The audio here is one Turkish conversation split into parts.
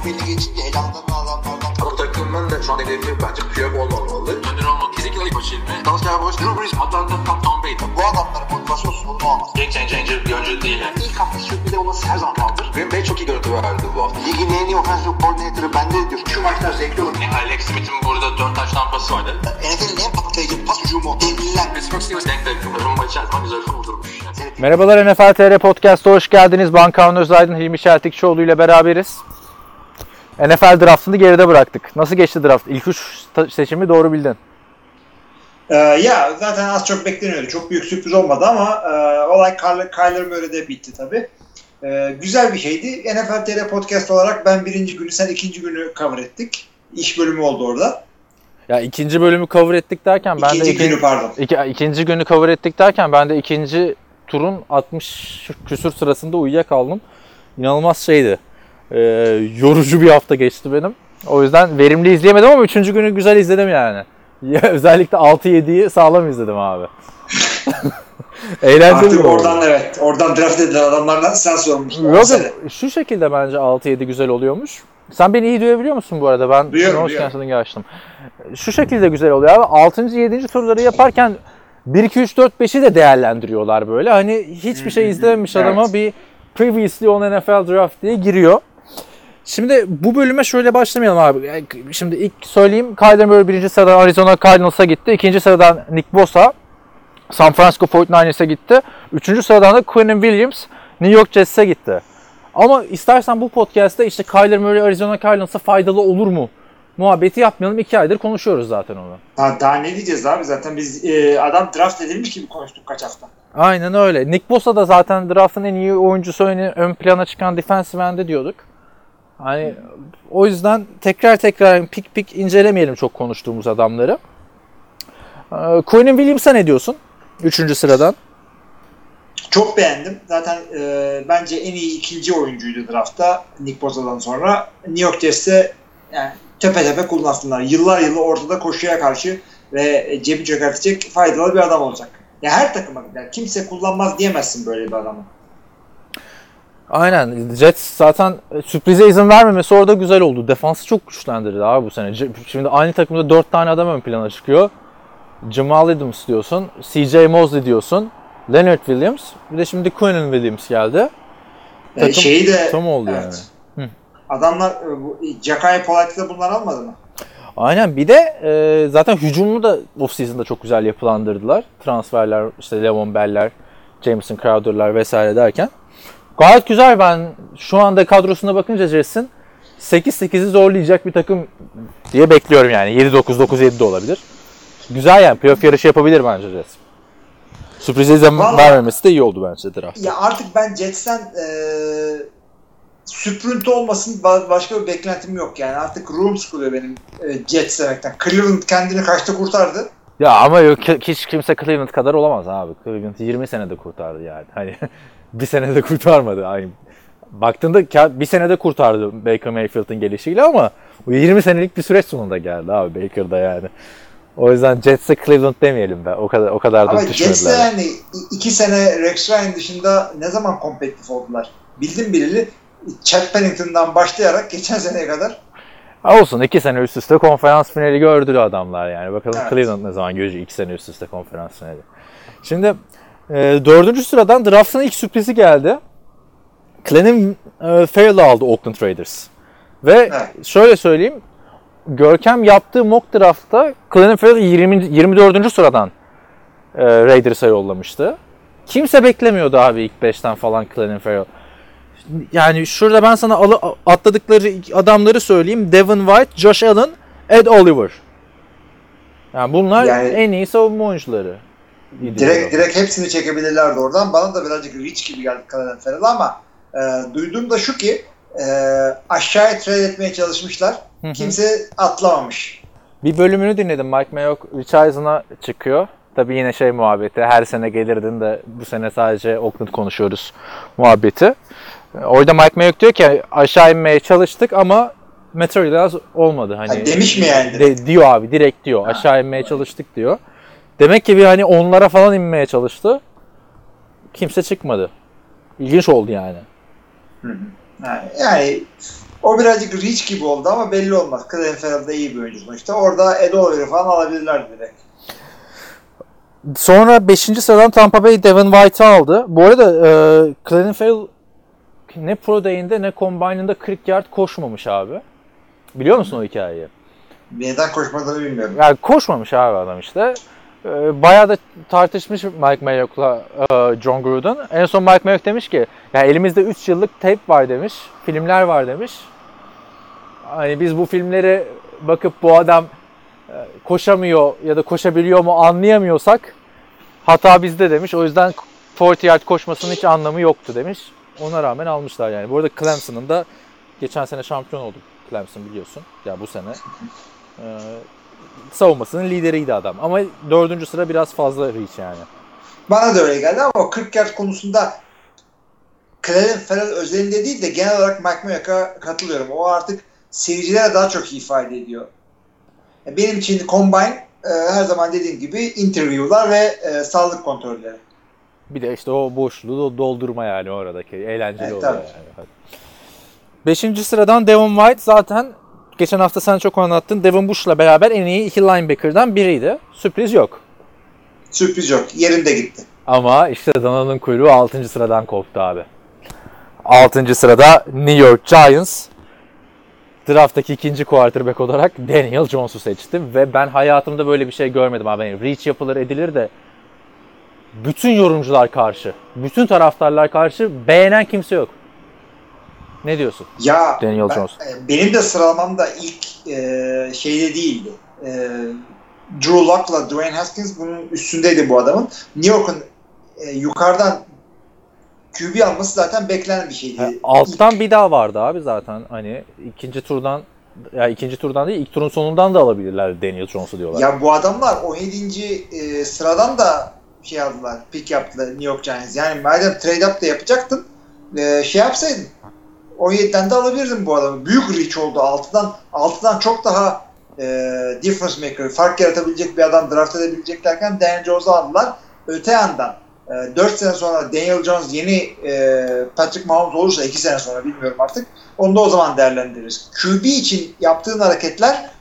belli geçince elanlanan adamlardan. Ama takımın da şu an hedefi bence Piyok olmamalı. Döner olmalı. Kesinlikle ilk başı ilmi. Dalsya Boş, Drew Brees, Atlanta, Tom Brady. Bu adamların motivasyon sorunu olmaz. Game changer bir oyuncu değil yani. İlk hafta sürpriz olması her zaman kaldır. Green Bay çok iyi görüntü verdi bu hafta. Ligin en iyi offensive coordinator'ı bende diyor. Şu maçlar zevkli olur. Alex Smith'in burada 4 taş tampası vardı. NFL'in en patlayıcı pas hücumu. Devliler. Pittsburgh Steelers denk denk. Rumba içerisinde güzel kurdurmuş. Merhabalar, NFL TR Podcast'a hoş geldiniz. Ben Kaan Özaydın, Hilmi Çeltikçioğlu ile beraberiz. NFL draftını geride bıraktık. Nasıl geçti draft? İlk 3 seçimi doğru bildin. Ya zaten az çok bekleniyordu. Çok büyük sürpriz olmadı ama olay Kyler Murray'de bitti tabii. Güzel bir şeydi. NFL TR Podcast olarak ben birinci günü, sen ikinci günü cover ettik. İş bölümü oldu orada. Ya ikinci bölümü cover ettik derken ben de ikinci günü cover ettik derken ben de ikinci turun 60 küsür sırasında uyuyakaldım. İnanılmaz şeydi. Yorucu bir hafta geçti benim. O yüzden verimli izleyemedim ama 3. günü güzel izledim yani. Özellikle 6-7'yi sağlam izledim abi. Eğlenceli. Artık oradan draft edilen adamlardan sen sormuştun. Yok, şu şekilde bence 6-7 güzel oluyormuş. Sen beni iyi duyabiliyor musun bu arada? Ben duyuyorum. Açtım. Şu şekilde güzel oluyor abi. 6. 7. turları yaparken 1, 2, 3, 4, 5'i de değerlendiriyorlar böyle. Hani hiçbir şey izlememiş adama bir Previously on NFL Draft diye giriyor. Şimdi bu bölüme şöyle başlamayalım abi. Şimdi ilk söyleyeyim. Kyler Murray 1. sıradan Arizona Cardinals'a gitti. 2. sıradan Nick Bosa San Francisco 49ers'e gitti. 3. sıradan da Quinnen Williams New York Jets'e gitti. Ama istersen bu podcast'te işte Kyler Murray Arizona Cardinals'a faydalı olur mu muhabbeti yapmayalım. 2 aydır konuşuyoruz zaten onu. Daha ne diyeceğiz abi? Zaten biz adam draft edilmiş gibi konuştuk kaç hafta. Aynen öyle. Nick Bosa da zaten draft'ın en iyi oyuncusu, ön plana çıkan defensive end'e diyorduk. Hani o yüzden tekrar pik incelemeyelim çok konuştuğumuz adamları. Quinnen Williams'a ne diyorsun? 3. sıradan. Çok beğendim. Zaten bence en iyi ikinci oyuncuydu draftta Nick Bosa'dan sonra. New York Jets'te yani tepe kullansınlar. Yıllar yılı ortada koşuya karşı ve cebi çökertecek faydalı bir adam olacak. Ya her takıma gider. Kimse kullanmaz diyemezsin böyle bir adamı. Aynen. Jets zaten sürprize izin vermemesi orada güzel oldu. Defansı çok güçlendirdi abi bu sene. Şimdi aynı takımda 4 tane adam ön plana çıkıyor. Jamal Adams diyorsun, CJ Mosley diyorsun, Leonard Williams, bir de şimdi Quinnen Williams geldi. Tam oldu evet. Yani. Adamlar Ja'Kai Polite'de bunlar almadı mı? Aynen. Bir de zaten hücumunu da off-season'da çok güzel yapılandırdılar. Transferler, işte Le'Veon Bell'ler, Jamison Crowder'lar vesaire derken. Gayet güzel. Ben şu anda kadrosuna bakınca Jets'in 8-8'i zorlayacak bir takım diye bekliyorum yani. 7-9, 9-7 de olabilir. Güzel yani. Playoff yarışı yapabilir bence Jets. Sürprize izin vermemesi de iyi oldu bence draft. Ya artık ben Jets'ten süprüntü olmasın başka bir beklentim yok yani. Artık room sıkılıyor benim Jets demekten. Cleveland kendini kaçta kurtardı? Ya ama yok, hiç kimse Cleveland kadar olamaz abi. Cleveland 20 senede kurtardı yani. Hani bir senede kurtarmadı. Aynı. Baktığında bir senede kurtardı Baker Mayfield'ın gelişiyle ama o 20 senelik bir süreç sonunda geldi abi Baker'da yani. O yüzden Jets'e Cleveland demeyelim be. O kadar da düşmediler. Ama Jets'e yani 2 sene Rex Ryan dışında ne zaman kompetitif oldular? Bildim bileli Chad Pennington'dan başlayarak geçen seneye kadar. Olsun, 2 sene üst üste konferans finali gördü adamlar yani. Bakalım evet. Cleveland ne zaman görecek 2 sene üst üste konferans finali. Şimdi 4. sıradan draft'ın ilk sürprizi geldi. Clelin Ferrell'ı aldı Oakland Raiders. Ve evet. Şöyle söyleyeyim. Görkem yaptığı mock draft'ta Clelin Ferrell'ı 24. sıradan Raiders'a yollamıştı. Kimse beklemiyordu abi ilk 5'ten falan Clelin Ferrell. Yani şurada ben sana atladıkları adamları söyleyeyim. Devin White, Josh Allen, Ed Oliver. Yani bunlar en iyi savunma oyuncuları. Direkt hepsini çekebilirlerdi oradan. Bana da birazcık rich gibi geldi Clelin Ferrell ama duyduğum da şu ki aşağıya trade etmeye çalışmışlar. Kimse atlamamış. Bir bölümünü dinledim. Mike Mayock Rich Eisen'a çıkıyor. Tabii yine muhabbeti. Her sene gelirdin de bu sene sadece Oakland konuşuyoruz muhabbeti. Orada Mike Mayock diyor ki aşağı inmeye çalıştık ama material olmadı. Hani demiş mi yani? Diyor abi, direkt diyor. Aşağı inmeye çalıştık diyor. Demek ki bir hani onlara falan inmeye çalıştı. Kimse çıkmadı. İlginç oldu yani. Yani O birazcık reach gibi oldu ama belli olmaz. Clelin Ferrell da iyi bir oyuncu sonuçta. Orada Ed Oliver'ı falan alabilirler direkt. Sonra 5. sıradan Tampa Bay Devin White'ı aldı. Bu arada Clelin Ferrell ne Pro Day'inde ne Combine'ında 40 yard koşmamış abi. Biliyor musun o hikayeyi? Neden koşmadığını bilmiyorum. Yani koşmamış abi adam işte. Bayağı da tartışmış Mike Mayock'la John Gruden. En son Mike Mayock demiş ki yani elimizde 3 yıllık tape var demiş. Filmler var demiş. Hani biz bu filmleri bakıp bu adam koşamıyor ya da koşabiliyor mu anlayamıyorsak hata bizde demiş. O yüzden 40 yard koşmasının hiç anlamı yoktu demiş. Ona rağmen almışlar yani. Bu arada Clemson'ın da geçen sene şampiyon oldu Clemson biliyorsun. Ya bu sene. Savunmasının lideriydi adam. Ama 4. sıra biraz fazla reach yani. Bana da öyle geldi ama o 40 yard konusunda Clelin Ferrell özelinde değil de genel olarak Mike Mayock'a katılıyorum. O artık seyircilere daha çok ifade ediyor. Benim için Combine her zaman dediğim gibi interview'lar ve sağlık kontrolleri. Bir de işte o boşluğu doldurma yani oradaki. Eğlenceli evet, oluyor yani. 5. sıradan Devin White zaten geçen hafta sen çok anlattın. Devin Bush'la beraber en iyi 2 linebacker'dan biriydi. Sürpriz yok. Sürpriz yok. Yerinde gitti. Ama işte dananın kuyruğu 6. sıradan koptu abi. 6. sırada New York Giants draft'taki 2. quarterback olarak Daniel Jones'u seçti. Ve ben hayatımda böyle bir şey görmedim abi. Yani reach yapılır edilir de bütün yorumcular karşı, bütün taraftarlar karşı beğenen kimse yok. Ne diyorsun? Ya Daniel Jones. Benim de sıralamamda ilk şeyde değildi. Drew Luck'la Dwayne Haskins bunun üstündeydi bu adamın. New York'un yukarıdan QB alması zaten beklenen bir şeydi. Alttan bir daha vardı abi zaten. Hani ikinci turdan değil, ilk turun sonundan da alabilirler Daniel Jones'u diyorlar. Ya bu adamlar 17. Sıradan da şey aldılar, pick yaptılar New York Giants. Yani madem trade up da yapacaktın, şey yapsaydın 17'den de alabilirdin bu adamı. Büyük reach oldu. 6'dan çok daha difference maker, fark yaratabilecek bir adam draft edebileceklerken Daniel Jones'u aldılar. Öte yandan 4 sene sonra Daniel Jones yeni Patrick Mahomes olursa 2 sene sonra bilmiyorum artık. Onu da o zaman değerlendiririz. QB için yaptığın hareketler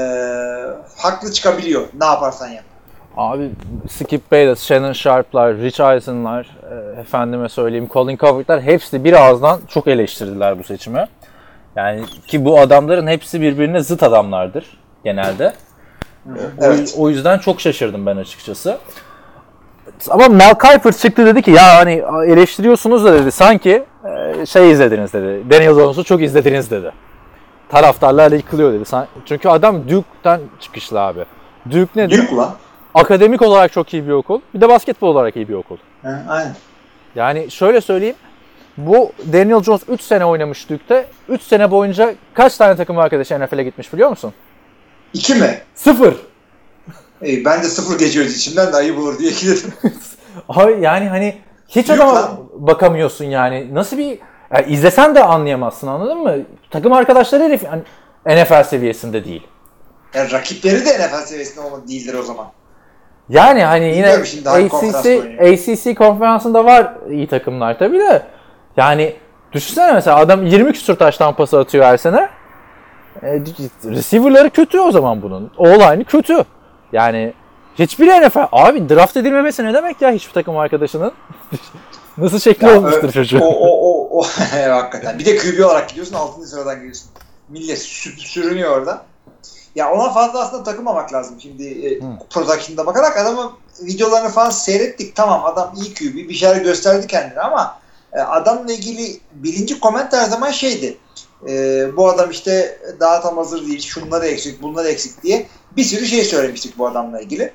haklı çıkabiliyor. Ne yaparsan yap. Abi Skip Bayless, Shannon Sharp'lar, Rich Eisen'lar, efendime söyleyeyim Colin Cowherd'lar hepsi bir ağızdan çok eleştirdiler bu seçimi. Yani ki bu adamların hepsi birbirine zıt adamlardır genelde. Evet. O yüzden çok şaşırdım ben açıkçası. Ama Mel Kiper çıktı dedi ki ya hani eleştiriyorsunuz da dedi sanki şey izlediniz dedi. Daniel Jones'u çok izlediniz dedi. Taraftarlar yıkılıyor dedi. Çünkü adam Duke'dan çıkışlı abi. Duke nedir? Duke lan. Akademik olarak çok iyi bir okul. Bir de basketbol olarak iyi bir okul. Aynen. Yani şöyle söyleyeyim. Bu Daniel Jones 3 sene oynamış Duke'te. 3 sene boyunca kaç tane takım arkadaşı NFL'e gitmiş biliyor musun? 2 mi? 0. Ben de 0 geçiyoruz içimden de ayıp olur diye ekledim. Abi yani hani hiç adama bakamıyorsun yani. Nasıl bir... Yani izlesen de anlayamazsın anladın mı? Takım arkadaşları herif yani NFL seviyesinde değil. Yani rakipleri de NFL seviyesinde olmadı değildir o zaman. Yani hani yine ACC konferansında var iyi takımlar tabii de. Yani düşünsene mesela adam 20 küsur taştan pası atıyor her sene. Receiver'ları kötü o zaman bunun. O-line'ı kötü. Yani hiçbir NFL... Abi draft edilmemesi ne demek ya hiçbir takım arkadaşının? Nasıl şekli olmuştur çocuğu? O hakikaten. Bir de QB olarak gidiyorsun 6. sıradan gidiyorsun. Millet sürünüyor orada. Ya ona fazla aslında takılmamak lazım. Şimdi production'da bakarak adamın videolarını falan seyrettik. Tamam adam iyi QB bir şeyler gösterdi kendine ama adamla ilgili birinci koment her zaman şeydi. Bu adam işte daha tam hazır değil. Şunları eksik, bunları eksik diye bir sürü şey söylemiştik bu adamla ilgili.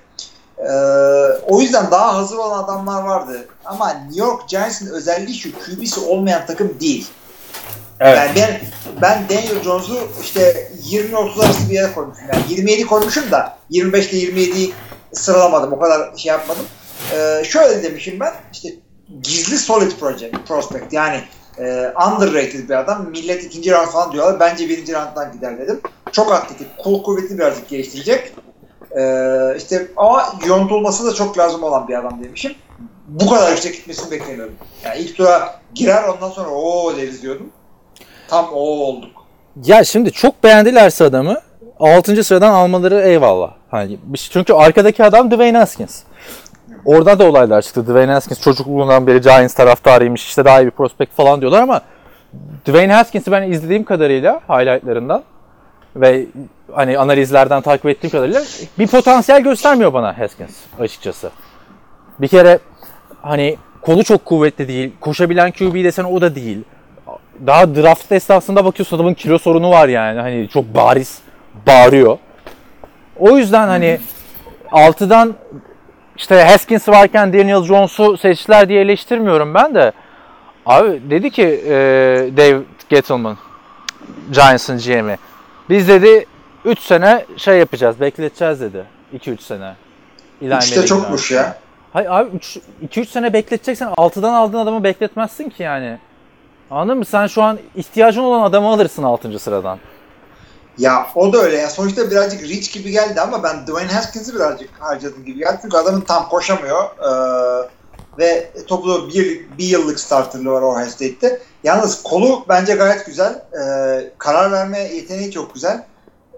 O yüzden daha hazır olan adamlar vardı. Ama New York Giants'ın özelliği şu QB'si olmayan takım değil. Evet. Yani ben Daniel Jones'u işte 20-30 arası bir yere koymuşum. Yani 27 koymuşum da 25 ile 27'yi sıralamadım. O kadar şey yapmadım. Şöyle demişim ben işte gizli solid prospect yani underrated bir adam. Millet 2. round falan diyorlar. Bence 1. round'dan gider dedim. Çok atletik, kuvvetli birazcık geliştirecek. İşte ama yontulması da çok lazım olan bir adam demişim. Bu kadar yüksek gitmesini beklemiyordum. Yani ilk tura girer ondan sonra o deriz diyordum. Tam o olduk. Ya şimdi çok beğendilerse adamı 6. sıradan almaları eyvallah. Hani çünkü arkadaki adam Dwayne Haskins. Oradan da olaylar çıktı. Dwayne Haskins çocukluğundan beri Giants taraftarıymış. İşte daha iyi bir prospekt falan diyorlar ama Dwayne Haskins'i ben izlediğim kadarıyla highlightlarından ve hani analizlerden takip ettiğim kadarıyla bir potansiyel göstermiyor bana Haskins açıkçası. Bir kere hani kolu çok kuvvetli değil. Koşabilen QB desen o da değil. Daha draft esnasında bakıyorsun adamın kilo sorunu var yani. Hani çok bariz bağırıyor. O yüzden hani 6'dan işte Haskins varken Daniel Jones'u seçtiler diye eleştirmiyorum ben de. Abi dedi ki Dave Gettleman, Giants'ın GM'i. Biz dedi 3 sene şey yapacağız, bekleteceğiz dedi. 2-3 sene. İşte çokmuş ya. Hayır abi 2-3 sene bekleteceksen 6'dan aldığın adamı bekletmezsin ki yani. Anladın mı? Sen şu an ihtiyacın olan adamı alırsın 6. sıradan. Ya o da öyle ya. Sonuçta birazcık rich gibi geldi ama ben Dwayne Haskins'i birazcık harcadım gibi geldi. Çünkü adamın tam koşamıyor. Ve toplu bir yıllık starterlığı var Ohio State'te. Yalnız kolu bence gayet güzel. Karar verme yeteneği çok güzel.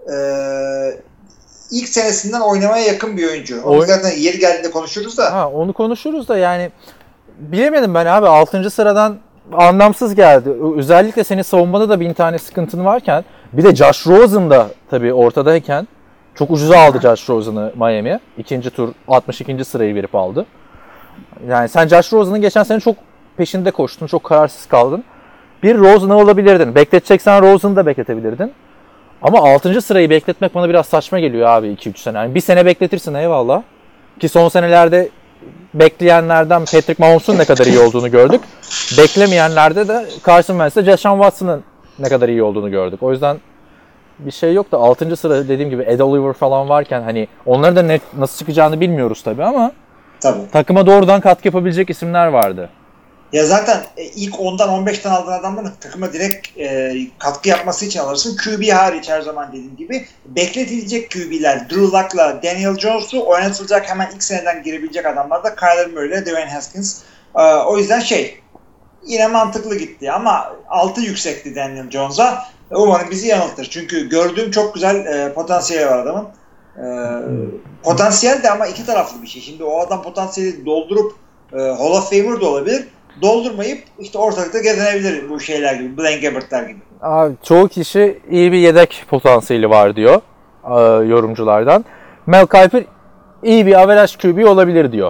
İlk senesinden oynamaya yakın bir oyuncu. Onu zaten yeri geldiğinde konuşuruz da. Ha, onu konuşuruz da yani bilemedim ben abi 6. sıradan anlamsız geldi. Özellikle senin savunmada da 1000 tane sıkıntın varken bir de Josh Rosen da tabii ortadayken çok ucuza aldı Josh Rosen'ı Miami. 2. tur 62. sırayı verip aldı. Yani sen Josh Rosen'ın geçen sene çok peşinde koştun. Çok kararsız kaldın. Bir Rosen'ı alabilirdin. Bekleteceksen Rosen'ı da bekletebilirdin. Ama 6. sırayı bekletmek bana biraz saçma geliyor abi 2-3 sene. Yani bir sene bekletirsin eyvallah. Ki son senelerde bekleyenlerden Patrick Mahomes'un ne kadar iyi olduğunu gördük. Beklemeyenlerde de Carson Wentz'le Deshaun Watson'ın ne kadar iyi olduğunu gördük. O yüzden bir şey yok da 6. sıra dediğim gibi Ed Oliver falan varken hani onların da nasıl çıkacağını bilmiyoruz tabii ama takıma doğrudan katkı yapabilecek isimler vardı. Ya zaten ilk 10'dan 15'ten aldığın adamların takıma direkt katkı yapması için alırsın. QB hariç her zaman dediğim gibi. Bekletilecek QB'ler Drew Luck'la Daniel Jones'u oynatılacak hemen ilk seneden girebilecek adamlar da Kyler Murray'le Dwayne Haskins. O yüzden yine mantıklı gitti ama altı yüksekti Daniel Jones'a. Umarım bizi yanıltır. Çünkü gördüğüm çok güzel potansiyeli var adamın. Potansiyel de ama iki taraflı bir şey. Şimdi o adam potansiyeli doldurup Hall of Famer da olabilir. Doldurmayıp işte ortalıkta gezenebilir bu şeyler gibi. Blaine Gabbert'lar gibi. Abi, çoğu kişi iyi bir yedek potansiyeli var diyor yorumculardan. Mel Kiper iyi bir average QB olabilir diyor.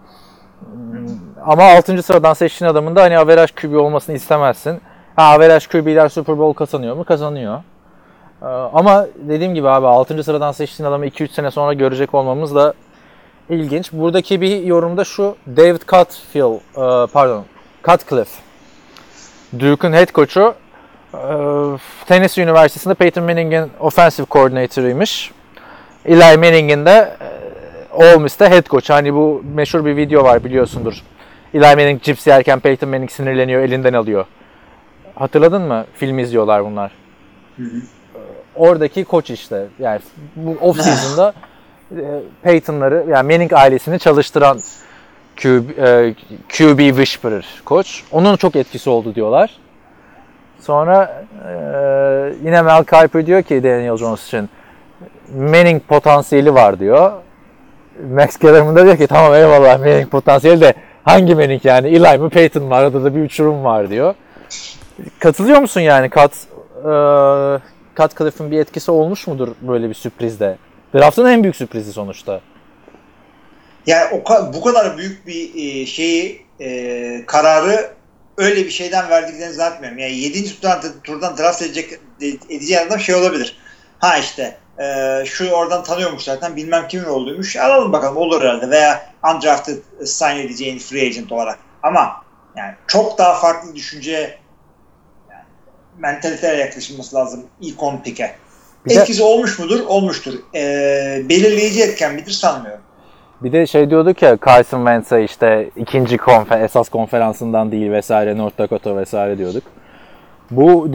Ama 6. sıradan seçtiğin adamın da hani average QB olmasını istemezsin. Average QB'ler Super Bowl kazanıyor mu? Kazanıyor. Ama dediğim gibi abi 6. sıradan seçtiğin adamı 2-3 sene sonra görecek olmamız da ilginç. Buradaki bir yorumda şu David Cutcliffe. Duke'un head coach'u Tennessee Üniversitesi'nde Peyton Manning'in offensive coordinator'ıymış. Eli Manning'in de Ole Miss'te head coach. Hani bu meşhur bir video var biliyorsundur. Eli Manning cips yerken Peyton Manning sinirleniyor, elinden alıyor. Hatırladın mı? Film izliyorlar bunlar. Hı. Oradaki koç işte. Yani bu off-season'da Peyton'ları yani Manning ailesini çalıştıran QB Whisperer koç. Onun çok etkisi oldu diyorlar. Sonra yine Mel Kiper diyor ki Daniel Jones için Manning potansiyeli var diyor. Max Kellerman da diyor ki tamam eyvallah Manning potansiyeli de hangi Manning yani Eli mi Peyton mı arada da bir uçurum var diyor. Katılıyor musun yani Cutcliffe'in bir etkisi olmuş mudur böyle bir sürprizde? Draft'ın en büyük sürprizi sonuçta. Yani bu kadar büyük bir kararı öyle bir şeyden verdiklerini zannetmiyorum. Yani 7. turdan draft edeceği adam olabilir. Şu oradan tanıyormuş zaten bilmem kimin olduğuymuş. Alalım bakalım olur herhalde veya undrafted sign edeceğin free agent olarak. Ama yani çok daha farklı düşünce mentaliteyle yaklaşılması lazım ilk 10 pick'e. Etkisi olmuş mudur? Olmuştur. Belirleyici etken midir sanmıyorum. Bir de diyorduk ya Carson Wentz'e işte ikinci esas konferansından değil vesaire North Dakota vesaire diyorduk. Bu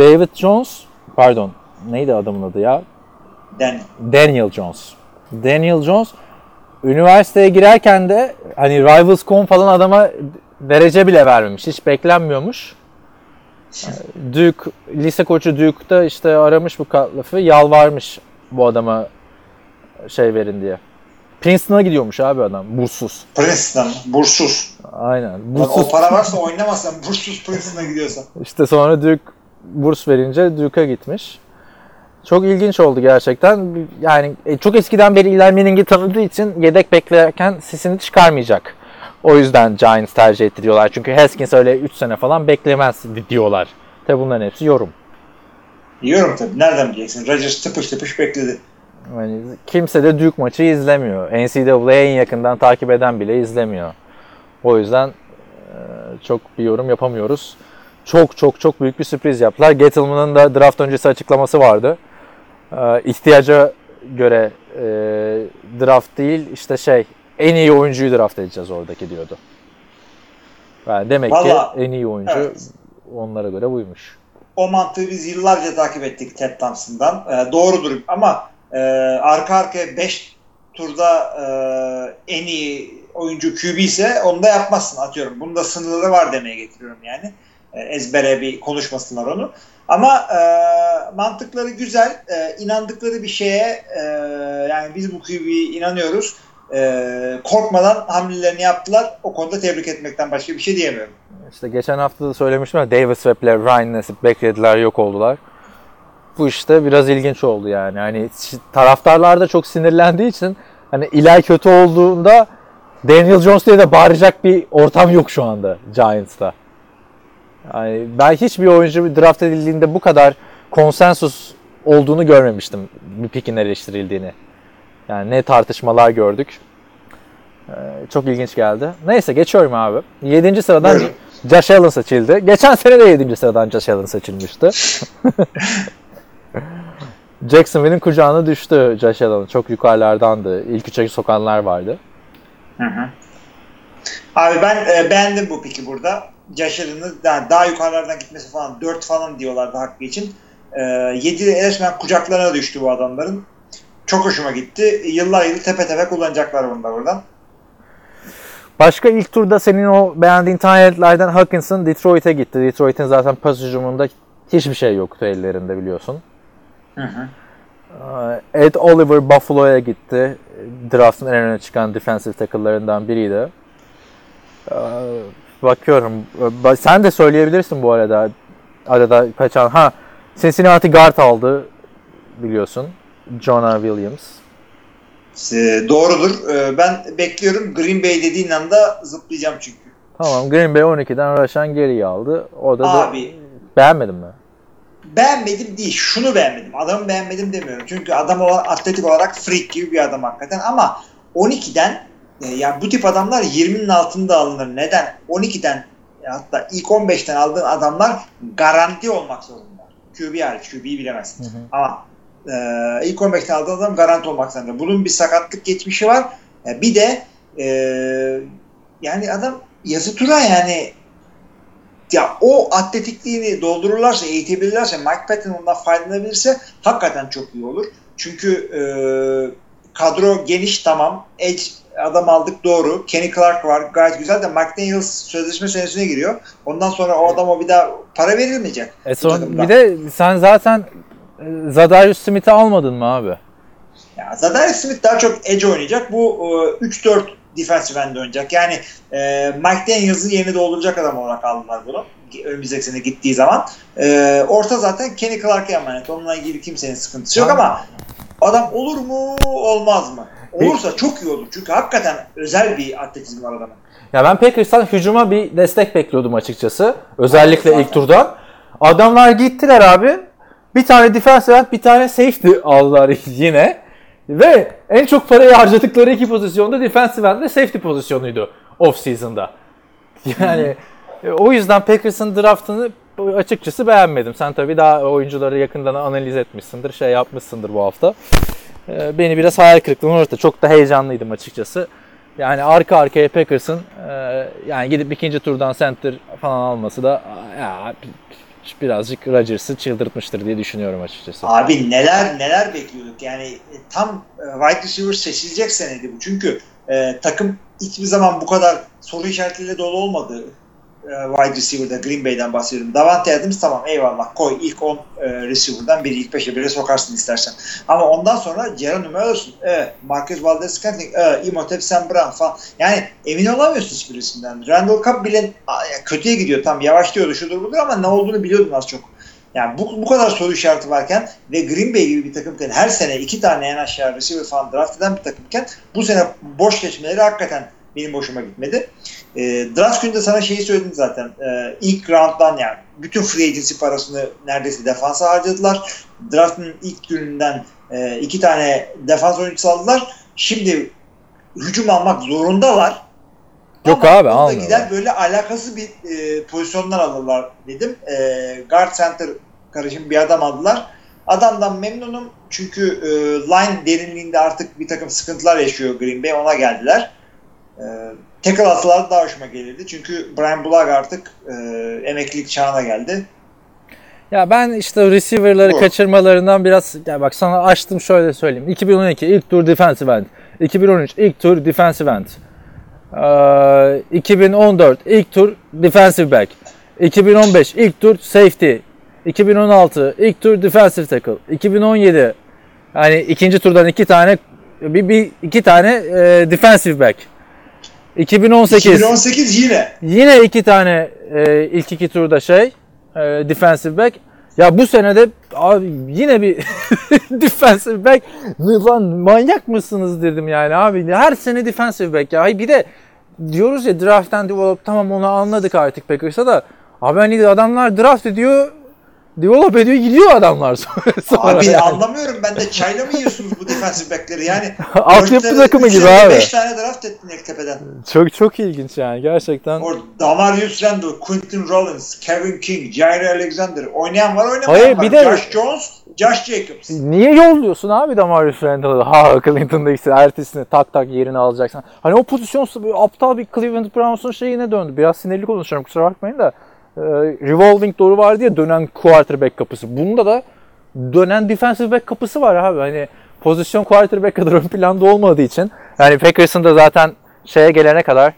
neydi adamın adı ya? Daniel Jones. Daniel Jones üniversiteye girerken de hani Rivals.com falan adama derece bile vermemiş. Hiç beklenmiyormuş. Duke, lise koçu Duke da işte aramış bu Cutcliffe'ı, yalvarmış bu adama şey verin diye. Princeton'a gidiyormuş abi adam, burssuz. Princeton, burssuz. Aynen. Bursuz. O para varsa oynamazsan burssuz Princeton'a gidiyorsan. İşte sonra Duke burs verince Duke'a gitmiş. Çok ilginç oldu gerçekten. Yani çok eskiden beri Eli Manning'i tanıdığı için yedek beklerken sesini çıkarmayacak. O yüzden Giants tercih etti diyorlar. Çünkü Haskins öyle 3 sene falan beklemez diyorlar. Tabi bunların hepsi yorum. Yorum tabii. Nereden bileceksin? Rodgers tıpış tıpış bekledi. Yani kimse de Duke maçı izlemiyor. NCAA'ye en yakından takip eden bile izlemiyor. O yüzden çok bir yorum yapamıyoruz. Çok büyük bir sürpriz yaptılar. Gettleman'ın da draft öncesi açıklaması vardı. İhtiyaca göre draft değil, işte en iyi oyuncuyu draft edeceğiz oradaki diyordu. Yani demek Vallahi, ki en iyi oyuncu evet, onlara göre buymuş. O mantığı biz yıllarca takip ettik Ted Thompson'dan. Doğrudur ama arka arkaya 5 turda en iyi oyuncu QB ise onu da yapmazsın, atıyorum. Bunda sınırları var demeye getiriyorum yani. Ezbere bir konuşmasınlar onu. Ama mantıkları güzel. İnandıkları bir şeye yani biz bu QB'ye inanıyoruz. Korkmadan hamlelerini yaptılar. O konuda tebrik etmekten başka bir şey diyemiyorum. İşte geçen hafta da söylemiştim ya, Davis Webb'le Ryan Nassib beklediler, yok oldular. Bu işte biraz ilginç oldu yani. Hani taraftarlar da çok sinirlendiği için hani Eli kötü olduğunda Daniel Jones diye de bağıracak bir ortam yok şu anda Giants'ta. Yani ben hiçbir oyuncu draft edildiğinde bu kadar konsensus olduğunu görmemiştim, bir pick'in eleştirildiğini. Yani ne tartışmalar gördük. Çok ilginç geldi. Neyse geçiyorum abi. 7. sıradan Josh Allen seçildi. Geçen sene de 7. sıradan Josh Allen seçilmişti. Jacksonville'in kucağına düştü Josh Allen. Çok yukarılardandı. İlk 3'e sokanlar vardı. Hı. Abi ben beğendim bu pick'i burada. Josh Allen'ı daha yukarılardan gitmesi falan 4 falan diyorlardı hakkı için. 7'de resmen kucaklarına düştü bu adamların. Çok hoşuma gitti. Yıllar yılı tepe tepe kullanacaklar bunu da buradan. Başka ilk turda senin o beğendiğin talenlerden Hawkinson Detroit'e gitti. Detroit'in zaten pas hücumunda hiçbir şey yoktu ellerinde, biliyorsun. Ed Oliver Buffalo'ya gitti. Draft'ın en öne çıkan defensive tackle'larından biriydi. Bakıyorum. Sen de söyleyebilirsin bu arada. Arada kaçan. Cincinnati guard aldı, biliyorsun. Jonah Williams. Doğrudur. Ben bekliyorum. Green Bay dediğin anda zıplayacağım çünkü. Tamam. Green Bay 12'den Rashan Gary'i aldı. O da abi, beğenmedin mi? Beğenmedim değil. Şunu beğenmedim. Adamı beğenmedim demiyorum. Çünkü adam atletik olarak freak gibi bir adam hakikaten. Ama 12'den yani bu tip adamlar 20'nin altında alınır. Neden? 12'den hatta ilk 15'ten aldığın adamlar garanti olmak zorunda. QB hariç. QB'yi bilemezsin. Ama ilk 15'ten aldığın adam garanti olmak zorunda. Bunun bir sakatlık geçmişi var. Bir de yani adam yazı tura yani ya o atletikliğini doldururlarsa, eğitebilirlerse, Mike Patton ondan faydalanabilirse hakikaten çok iyi olur. Çünkü kadro geniş, tamam. Edge adam aldık, doğru. Kenny Clark var, gayet güzel de McDaniels sözleşme senesine giriyor. Ondan sonra o adama bir daha para verilmeyecek. Bir de sen zaten Zadarius Smith'i almadın mı abi? Ya Zadarius Smith daha çok edge oynayacak. Bu 3-4 defensive end oynayacak. Yani Mike Daniels'ın yerini dolduracak adam olarak aldılar bunu. Önümüzdeki sene gittiği zaman. Orta zaten Kenny Clark'a emanet. Onunla ilgili kimsenin sıkıntısı yok ama adam olur mu olmaz mı? Olursa çok iyi olur. Çünkü hakikaten özel bir atletizm var adamın. Ya ben Packers'tan hücuma bir destek bekliyordum açıkçası. Özellikle ilk turdan. Adamlar gittiler abi. Bir tane defensive end, bir tane safety aldılar yine. Ve en çok parayı harcadıkları iki pozisyonda defensive end ve safety pozisyonuydu off-season'da. Yani o yüzden Packers'ın draftını açıkçası beğenmedim. Sen tabii daha oyuncuları yakından analiz etmişsindir, yapmışsındır bu hafta. Beni biraz hayal kırıklığına uğrattı. Çok da heyecanlıydım açıkçası. Yani arka arkaya Packers'ın yani gidip ikinci turdan center falan alması da birazcık Rodgers'ı çıldırtmıştır diye düşünüyorum açıkçası. Abi neler bekliyorduk. Yani tam wide receiver seçilecek seneydi bu. Çünkü takım hiçbir zaman bu kadar soru işaretleriyle dolu olmadı. wide receiver'da Green Bay'den bahsediyorum. Davante Adams tamam eyvallah koy ilk 10 receiver'dan biri ilk 5'e bile sokarsın istersen. Ama ondan sonra Geronimo Allison, Marquez Valdes-Scantling, Imhotep Sam Brown falan. Yani emin olamıyorsun hiçbirisinden. Randall Cobb bile kötüye gidiyor. Tam yavaşlıyordu şudur budur ama ne olduğunu biliyordun az çok. Yani bu kadar soru işareti varken ve Green Bay gibi bir takımken her sene 2 tane en aşağı receiver falan draft eden bir takımken bu sene boş geçmeleri hakikaten benim hoşuma gitmedi. Draft günde sana şeyi söyledim zaten. İlk round'dan yani bütün free agency parasını neredeyse defansa harcadılar. Draft'ın ilk gününden 2 tane defans oyuncusu aldılar. Şimdi hücum almak zorundalar. Yok ama abi almıyorlar. Gider böyle alakasız bir pozisyonlar alırlar dedim. Guard center karışım bir adam aldılar. Adamdan memnunum çünkü line derinliğinde artık bir takım sıkıntılar yaşıyor Green Bay, ona geldiler. Tackle atılar daha hoşuma gelirdi çünkü Brian Bulaga artık emeklilik çağına geldi. Ya ben işte receiver'ları kaçırmalarından biraz ya bak sana açtım şöyle söyleyeyim. 2012 ilk tur defensive end. 2013 ilk tur defensive end. 2014 ilk tur defensive back. 2015 ilk tur safety. 2016 ilk tur defensive tackle. 2017 yani ikinci turdan iki tane defensive back. 2018 yine iki tane ilk iki turda defensive back. Ya bu senede abi yine bir defensive back. Lan manyak mısınız dedim yani abi. Her sene defensive back ya. Bir de diyoruz ya draft and develop, tamam onu anladık artık Packers'a da. Abi hani adamlar draft ediyor, develop ediyor, gidiyor adamlar sonra. Abi yani. Anlamıyorum ben de çayla mı yiyorsunuz bu defensive back'leri yani. Altyapı takımı gibi abi. 5 tane draft ettin Ektepe'den. Çok ilginç yani gerçekten. Damarius Randall, Quentin Rollins, Kevin King, Jair Alexander oynayan var oynamayan Hayır, var. bir de Josh Jones, Josh Jacobs. Niye yolluyorsun abi Damarius Randall'ı? Cleveland'da işte ertesini tak yerini alacaksın. Hani o pozisyon aptal bir Cleveland Browns'un şeyine döndü. Biraz sinirli konuşuyorum kusura bakmayın da. Revolving door'u var diye dönen quarterback kapısı. Bunda da dönen defensive back kapısı var abi. Hani pozisyon quarterback kadar ön planda olmadığı için. Yani Packers'ın da zaten şeye gelene kadar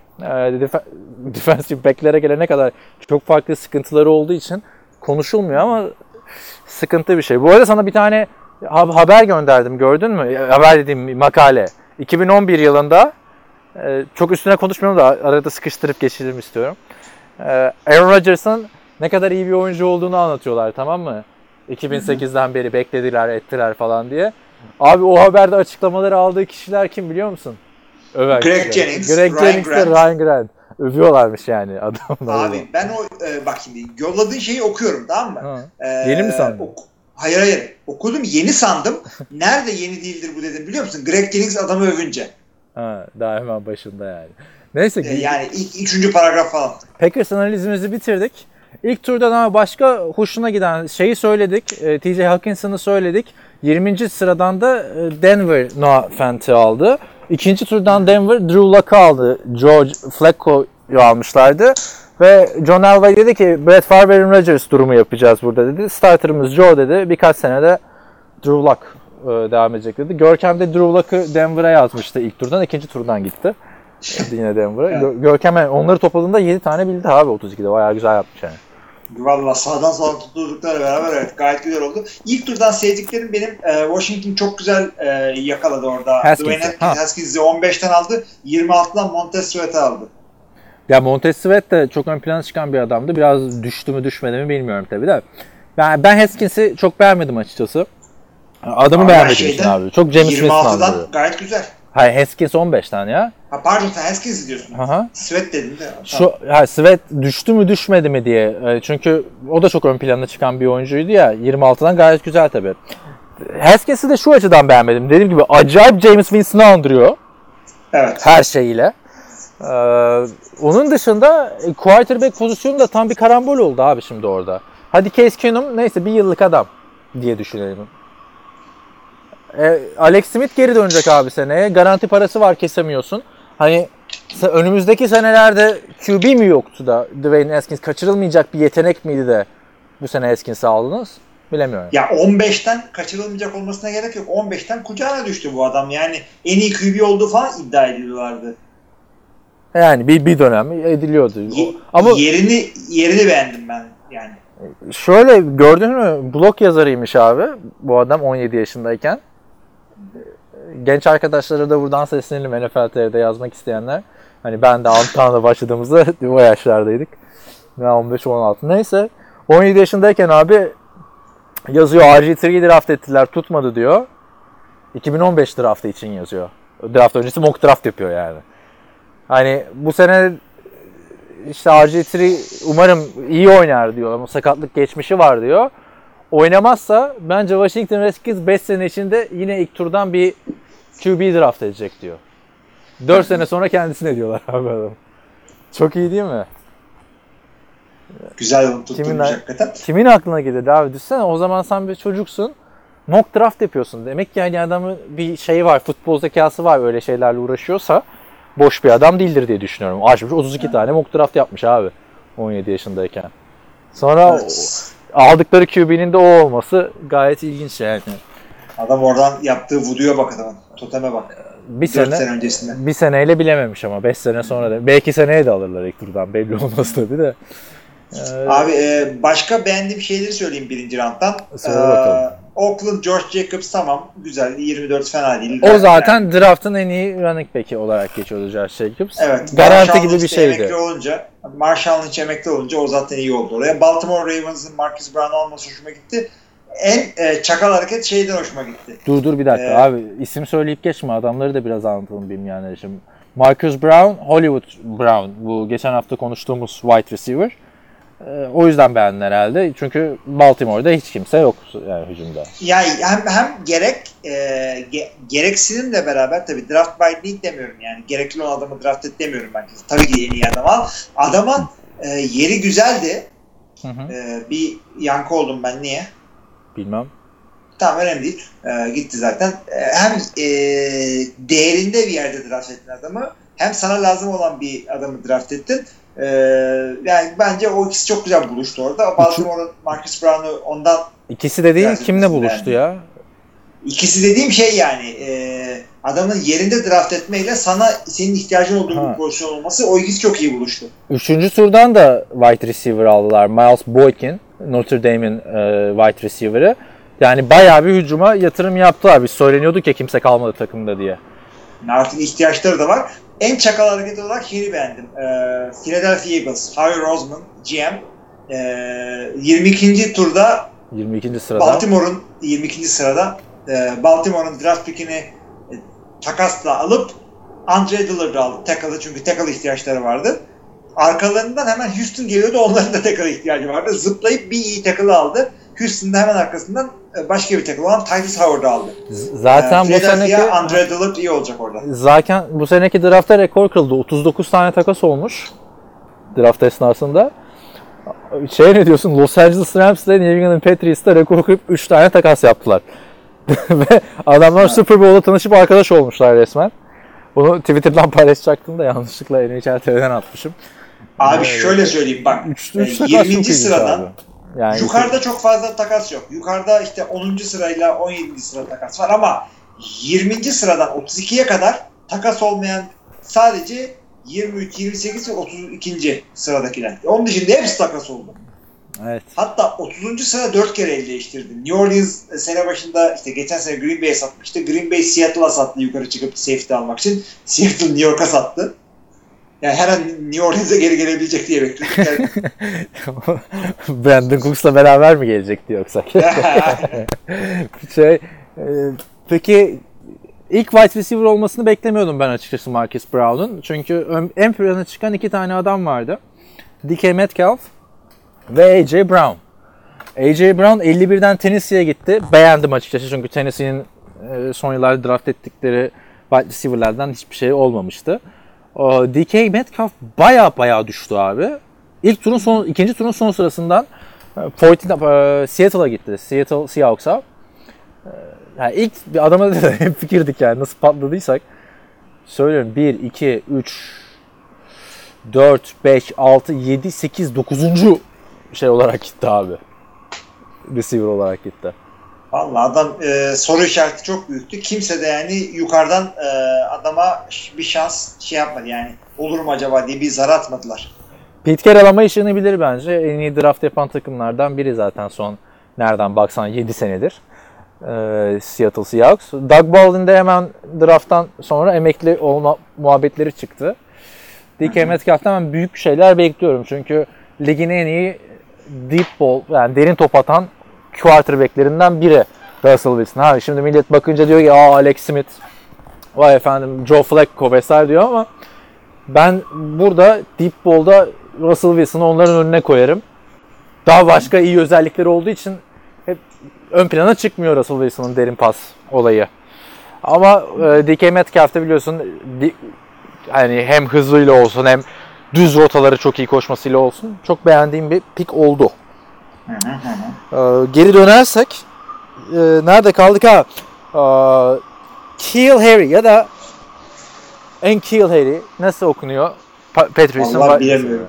defensive back'lere gelene kadar çok farklı sıkıntıları olduğu için konuşulmuyor ama sıkıntı bir şey. Bu arada sana bir tane haber gönderdim, gördün mü? Haber dediğim makale. 2011 yılında çok üstüne konuşmuyorum da arada sıkıştırıp geçirelim istiyorum. Aaron Rodgers'ın ne kadar iyi bir oyuncu olduğunu anlatıyorlar, tamam mı? 2008'den beri beklediler, ettiler falan diye. Abi o haberde açıklamaları aldığı kişiler kim biliyor musun? Greg Jennings, Ryan Grant. Övüyorlarmış yani adamlar. Abi ben bak şimdi yolladığın şeyi okuyorum, tamam mı? Yeni mi sandın? Hayır. Okudum, yeni sandım. Nerede yeni değildir bu dedim biliyor musun? Greg Jennings adamı övünce. Daha hemen başında yani. Neyse. Yani ilk 3. paragraf falan. Packers analizimizi bitirdik. İlk turdan ama başka hoşuna giden şeyi söyledik. TJ Hawkinson'ı söyledik. 20. sıradan da Denver Noah Fant'i aldı. İkinci turdan Denver Drew Luck'ı aldı. George Flacco'yu almışlardı. Ve John Elway dedi ki Brett Favre ve Aaron Rodgers durumu yapacağız burada dedi. Starter'ımız Joe dedi. Birkaç senede Drew Luck devam edecek dedi. Görkem de Drew Luck'ı Denver'a yazmıştı ilk turdan. İkinci turdan gitti. Yine Denver'a. Evet. Görkem onları topladığında 7 tane bildi abi 32'de. Bayağı güzel yapmış yani. Valla sağdan sola tutturdukları beraber evet gayet güzel oldu. İlk turdan sevdiklerim benim Washington çok güzel yakaladı orada. Dwayne Haskins'i 15'ten aldı. 26'dan Montez Sweat'i aldı. Ya Montez Sweat de çok ön plana çıkan bir adamdı. Biraz düştü mü düşmedi mi bilmiyorum tabii de. Ben Haskins'i çok beğenmedim açıkçası. Adamı beğenmedim için abi. Çok James Winston aldı. 26'dan gayet güzel. Hayır Haskins 15'ten ya. Pardon sen Haskins'i diyorsun. Sweat dedin de. Sweat düştü mü düşmedi mi diye. Çünkü o da çok ön plana çıkan bir oyuncuydu ya. 26'dan gayet güzel tabii. Haskins'i de şu açıdan beğenmedim. Dediğim gibi acayip James Winston'ı andırıyor. Evet. Her şeyiyle. Onun dışında quarterback pozisyonu da tam bir karambol oldu abi şimdi orada. Hadi Case Keenum neyse bir yıllık adam diye düşünelim. Alex Smith geri dönecek abi seneye. Garanti parası var, kesemiyorsun. Hani önümüzdeki senelerde QB mi yoktu da Dwayne Haskins kaçırılmayacak bir yetenek miydi de bu sene Haskins'i aldınız? Bilemiyorum. Ya 15'ten kaçırılmayacak olmasına gerek yok. 15'ten kucağına düştü bu adam. Yani en iyi QB olduğu falan iddia ediyorlardı. Yani bir dönem ediliyordu. Ama yerini beğendim ben yani. şöyle gördün mü? Blog yazarıymış abi bu adam 17 yaşındayken. Genç arkadaşlara da buradan seslenelim, NFL TR'de yazmak isteyenler. Hani ben de Antkan'la başladığımızda o yaşlardaydık. Ben 15-16. Neyse 17 yaşındayken abi yazıyor, RG3'yi draft ettiler, tutmadı diyor. 2015 draftı için yazıyor. Draft öncesi mock draft yapıyor yani. Hani bu sene işte RG3 umarım iyi oynar diyor ama sakatlık geçmişi var diyor. Oynamazsa bence Washington Redskins 5 sene içinde yine ilk turdan bir QB draft edecek diyor. 4 sene sonra kendisine diyorlar abi adam. Çok iyi değil mi? Güzel onu tutturmuş hakikaten. Kimin aklına gelir abi? Düşsene, o zaman sen bir çocuksun. Mock draft yapıyorsun. Demek ki yani adamın bir şeyi var, futbol zekası var, öyle şeylerle uğraşıyorsa boş bir adam değildir diye düşünüyorum. Açmış 32 tane mock draft yapmış abi 17 yaşındayken. Sonra aldıkları QB'nin de o olması gayet ilginç yani. Adam oradan yaptığı voodoo'ya bak adamın. Toteme bak. Bir 4 sene öncesinde. Bir seneyle bilememiş ama 5 sene sonra da. Belki seneye de alırlar ilk turdan. Belli olmaz tabii de. Abi başka beğendiğim şeyleri söyleyeyim birinci round'dan. Söyle bakalım. Oakland George Jacobs tamam. Güzel. 24 fena değil. O zaten draft'ın en iyi running back'i olarak geçiyordu George Jacobs. Evet. Garanti gibi bir şeydi. Marshall Lynch emekli olunca o zaten iyi oldu oraya. Baltimore Ravens'ın Marcus Brown olması hoşuma gitti. En çakal hareket şeyden hoşuma gitti. Dur bir dakika abi. İsim söyleyip geçme. Adamları da biraz anlatalım bilmeyenler için. Marcus Brown, Hollywood Brown. Bu geçen hafta konuştuğumuz wide receiver. O yüzden beğendin herhalde. Çünkü Baltimore'da hiç kimse yok yani hücumda. Yani hem gereksinimle beraber tabii draft by need demiyorum yani. Gerekli olan adamı draft et demiyorum ben. Tabii ki en iyi adam al. Adamın yeri güzeldi. Bir yankı oldum ben. Niye? Bilmem. Tamam, önemli değil. Gitti zaten. Hem değerinde bir yerde draft ettin adamı, hem sana lazım olan bir adamı draft ettin. Yani bence o ikisi çok güzel buluştu orada. Baltimore'un Marcus Brown'u ondan... İkisi de değil, kimle buluştu ya? İkisi dediğim şey yani adamın yerinde draft etmeyle senin ihtiyacın olduğu bir pozisyon olması, o ikisi çok iyi buluştu. 3. turdan da wide receiver aldılar. Miles Boykin, Notre Dame'in wide receiver'ı. Yani bayağı bir hücuma yatırım yaptılar. Biz söyleniyorduk ya kimse kalmadı takımda diye. Artık ihtiyaçları da var. En çakal hareket olarak şeyi beğendim. Philadelphia Eagles, Howie Roseman, GM 22. turda 22. sırada Baltimore'un 22. sırada Baltimore'un draft pickini takasla alıp Andre Dillard'ı aldı. Tackle'ı, çünkü tackle ihtiyaçları vardı. Arkalarından hemen Houston geliyordu. Onların da tackle ihtiyacı vardı. Zıplayıp bir iyi tackle'ı aldı. Houston'da hemen arkasından başka bir tackle olan Titus Howard'ı aldı. Zaten bu seneki Andre Dillard iyi olacak orada. Zaten bu seneki draftta rekor kırıldı. 39 tane takas olmuş draft esnasında. Ne diyorsun? Los Angeles Rams ile New England Patriots'ta rekor kırıp 3 tane takas yaptılar. Ve adamlar Super Bowl'da tanışıp arkadaş olmuşlar resmen. Bunu Twitter'dan paylaşacaktım da yanlışlıkla NHL TV'den atmışım. Abi şöyle söyleyeyim bak. 20. sıradan yani yukarıda çok fazla takas yok. Yukarıda işte 10. sırayla 17. sıra takas var ama 20. sıradan 32'ye kadar takas olmayan sadece 23, 28 ve 32. sıradakiler. Onun dışında hepsi takas oldu. Evet. Hatta 30. sıra 4 kere el değiştirdi. New Orleans sene başında işte geçen sene Green Bay'e satmıştı. Green Bay Seattle'a sattı yukarı çıkıp safety almak için. Seattle New York'a sattı. Yani her an New Orleans'a geri gelebilecek diye bekliyorduk. Brandon Cooks'la beraber mi gelecekti yoksa? Peki ilk wide receiver olmasını beklemiyordum ben açıkçası Marcus Brown'un. Çünkü en plana çıkan 2 tane adam vardı. DK Metcalf ve AJ Brown. AJ Brown 51'den Tennessee'ye gitti. Beğendim açıkçası çünkü Tennessee'nin son yıllarda draft ettikleri wide receiver'lardan hiçbir şey olmamıştı. DK Metcalf bayağı düştü abi. İkinci turun son sırasından Seattle'a gitti. Seattle Seahawks'a. Yani ilk bir adama da hep fikirdik yani nasıl patladıysak. Söylüyorum 1, 2, 3, 4, 5, 6, 7, 8, 9. şey olarak gitti abi. Receiver olarak gitti. Vallahi adam soru işareti çok büyüktü. Kimse de yani yukarıdan adama bir şans şey yapmadı yani. Olur mu acaba diye bir zar atmadılar. Pete Carroll ama işini bilir bence. En iyi draft yapan takımlardan biri zaten son nereden baksan 7 senedir. Seattle Seahawks. Doug Baldwin de hemen drafttan sonra emekli olma muhabbetleri çıktı. DK Metcalf'tan ben büyük şeyler bekliyorum. Çünkü ligin en iyi deep ball yani derin top atan quarterbacklerinden biri Russell Wilson. Ha, şimdi millet bakınca diyor ki Alex Smith, vay efendim Joe Flacco vesaire diyor ama ben burada deep ball'da Russell Wilson'ı onların önüne koyarım. Daha başka iyi özellikleri olduğu için hep ön plana çıkmıyor Russell Wilson'ın derin pas olayı. Ama DK Metcalf'te biliyorsun hani hem hızlıyla olsun hem düz rotaları çok iyi koşmasıyla olsun çok beğendiğim bir pick oldu. Geri dönersek nerede kaldık ha? N'Keal Harry ya da N'Keal Harry nasıl okunuyor? Patrice'in Vallahi bilemiyorum.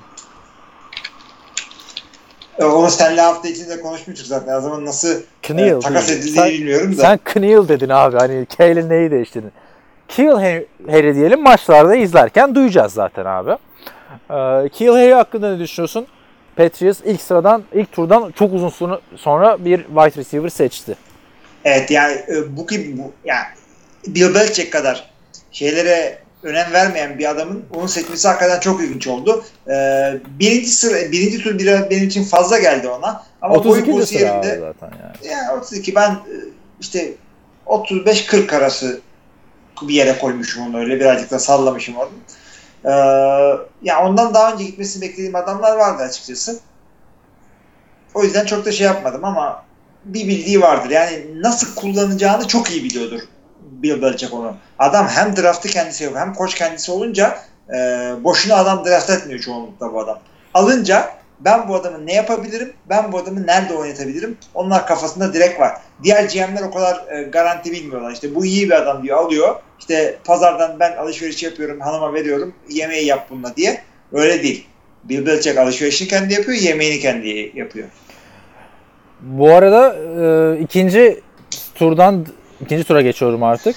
Onu seninle hafta içinde konuşmuştuk zaten. O zaman nasıl takas edildiğini bilmiyorum da. Sen N'Keal dedin abi. Hani Kale'in neyi değiştirdin? N'Keal Harry diyelim, maçlarda izlerken duyacağız zaten abi. N'Keal Harry hakkında ne düşünüyorsun? Patriots ilk turdan çok uzun sonra bir wide receiver seçti. Evet yani bu yani Bill Belichick kadar şeylere önem vermeyen bir adamın onu seçmesi hakikaten çok ilginç oldu. Birinci tur benim için fazla geldi ona. Ama 32. sıra yerinde, zaten yani 32 ben işte 35-40 arası bir yere koymuşum onu, öyle birazcık da sallamışım onu. Yani ondan daha önce gitmesini beklediğim adamlar vardı açıkçası. O yüzden çok da şey yapmadım ama bir bildiği vardır. Yani nasıl kullanacağını çok iyi biliyordur Bill Belichick onu. Adam hem draftı kendisi yapıyor hem koç kendisi olunca boşuna adam draft etmiyor çoğunlukla bu adam. Alınca ben bu adamı ne yapabilirim? Ben bu adamı nerede oynatabilirim? Onlar kafasında direkt var. Diğer GM'ler o kadar garanti bilmiyorlar. İşte bu iyi bir adam diyor, alıyor. İşte pazardan ben alışveriş yapıyorum, hanıma veriyorum, yemeği yap bununla diye. Öyle değil. Bill Belichick alışverişini kendi yapıyor, yemeğini kendi yapıyor. Bu arada ikinci tura geçiyorum artık.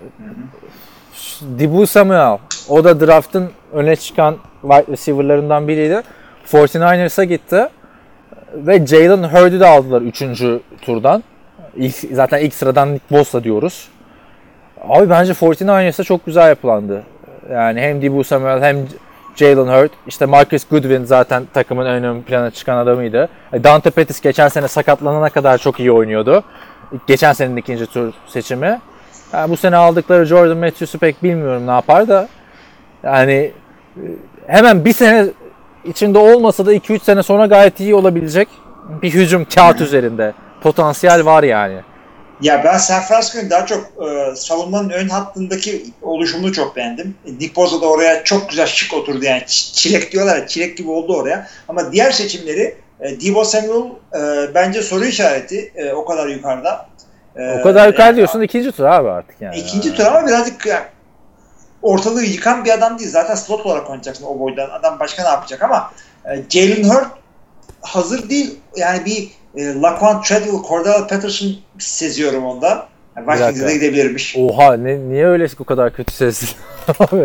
Deebo Samuel, o da draft'ın öne çıkan wide receiver'larından biriydi. 49ers'a gitti ve Jalen Hurd'u da aldılar 3. turdan. Zaten ilk sıradan Nick Bosa diyoruz. Abi bence 49ers'a çok güzel yapılandı. Yani hem Deebo Samuel hem Jalen Hurd, işte Marcus Goodwin zaten takımın ön plana çıkan adamıydı. Dante Pettis geçen sene sakatlanana kadar çok iyi oynuyordu. Geçen senenin 2. tur seçimi. Yani bu sene aldıkları Jordan Matthews'u pek bilmiyorum ne yapar da. Yani hemen bir sene içinde olmasa da 2-3 sene sonra gayet iyi olabilecek bir hücum kağıt üzerinde. Potansiyel var yani. Ya ben San Francisco'nun daha çok savunmanın ön hattındaki oluşumunu çok beğendim. Nick Bosa da oraya çok güzel şık oturdu yani. Çilek diyorlar ya, çilek gibi oldu oraya. Ama diğer seçimleri Deebo Samuel bence soru işareti o kadar yukarıda. O kadar yukarı yani, diyorsun 2. tur abi artık yani. 2. tur ama birazcık yani, ortalığı yıkan bir adam değil. Zaten slot olarak oynayacaksın o boydan. Adam başka ne yapacak ama Jalen Hurd hazır değil. Yani bir Laquan Treadwell, Cordell Patterson seziyorum onda. Yani Vikings'e de gidebilirmiş. Oha, niye öyle bu kadar kötü sezdin abi?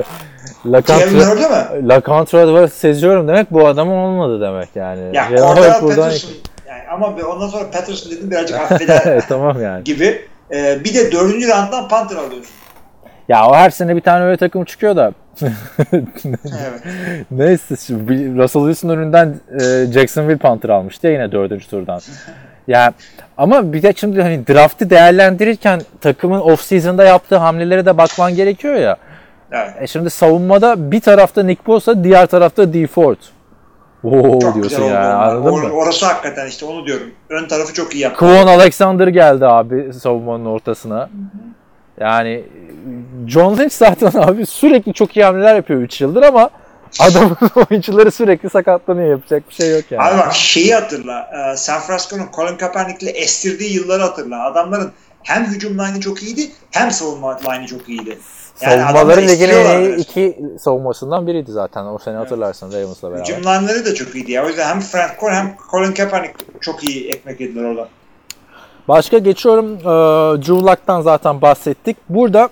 Laquan Treadwell seziyorum demek bu adamın olmadı demek yani. Ya Cordell Patterson yani, ama ondan sonra Patterson dedim birazcık affeder tamam yani. Gibi. Bir de 4. round'dan Panther alıyorsun. Ya o her sene bir tane öyle takım çıkıyor da. Evet. Neyse, Russell Wilson önünden Jacksonville Panther almıştı ya yine 4. turdan. Ya ama bir de şimdi hani draft'ı değerlendirirken takımın off-season'da yaptığı hamlelere de bakman gerekiyor ya. Evet. Şimdi savunmada bir tarafta Nick Bosa, diğer tarafta Dee Ford. Oo çok diyorsun ya, anladın mı? Orası hakikaten işte onu diyorum. Ön tarafı çok iyi yaptı. Kwon Alexander geldi abi savunmanın ortasına. Yani John Lynch zaten abi sürekli çok iyi hamleler yapıyor 3 yıldır ama adamın oyuncuları sürekli sakatlanıyor, yapacak bir şey yok yani. Abi bak şeyi hatırla, San Francisco'nun Colin Kaepernick'le estirdiği yılları hatırla. Adamların hem hücum line'ı çok iyiydi hem savunma line'ı çok iyiydi. Yani savunmaların ligin en iyi 2 savunmasından biriydi zaten o sene, hatırlarsın Ravens'la beraber. Hücum line'ları da çok iyiydi ya. O yüzden hem Frank Gore hem Colin Kaepernick çok iyi ekmek yediler orada. Başka geçiyorum. Drew Luck'tan zaten bahsettik. Burada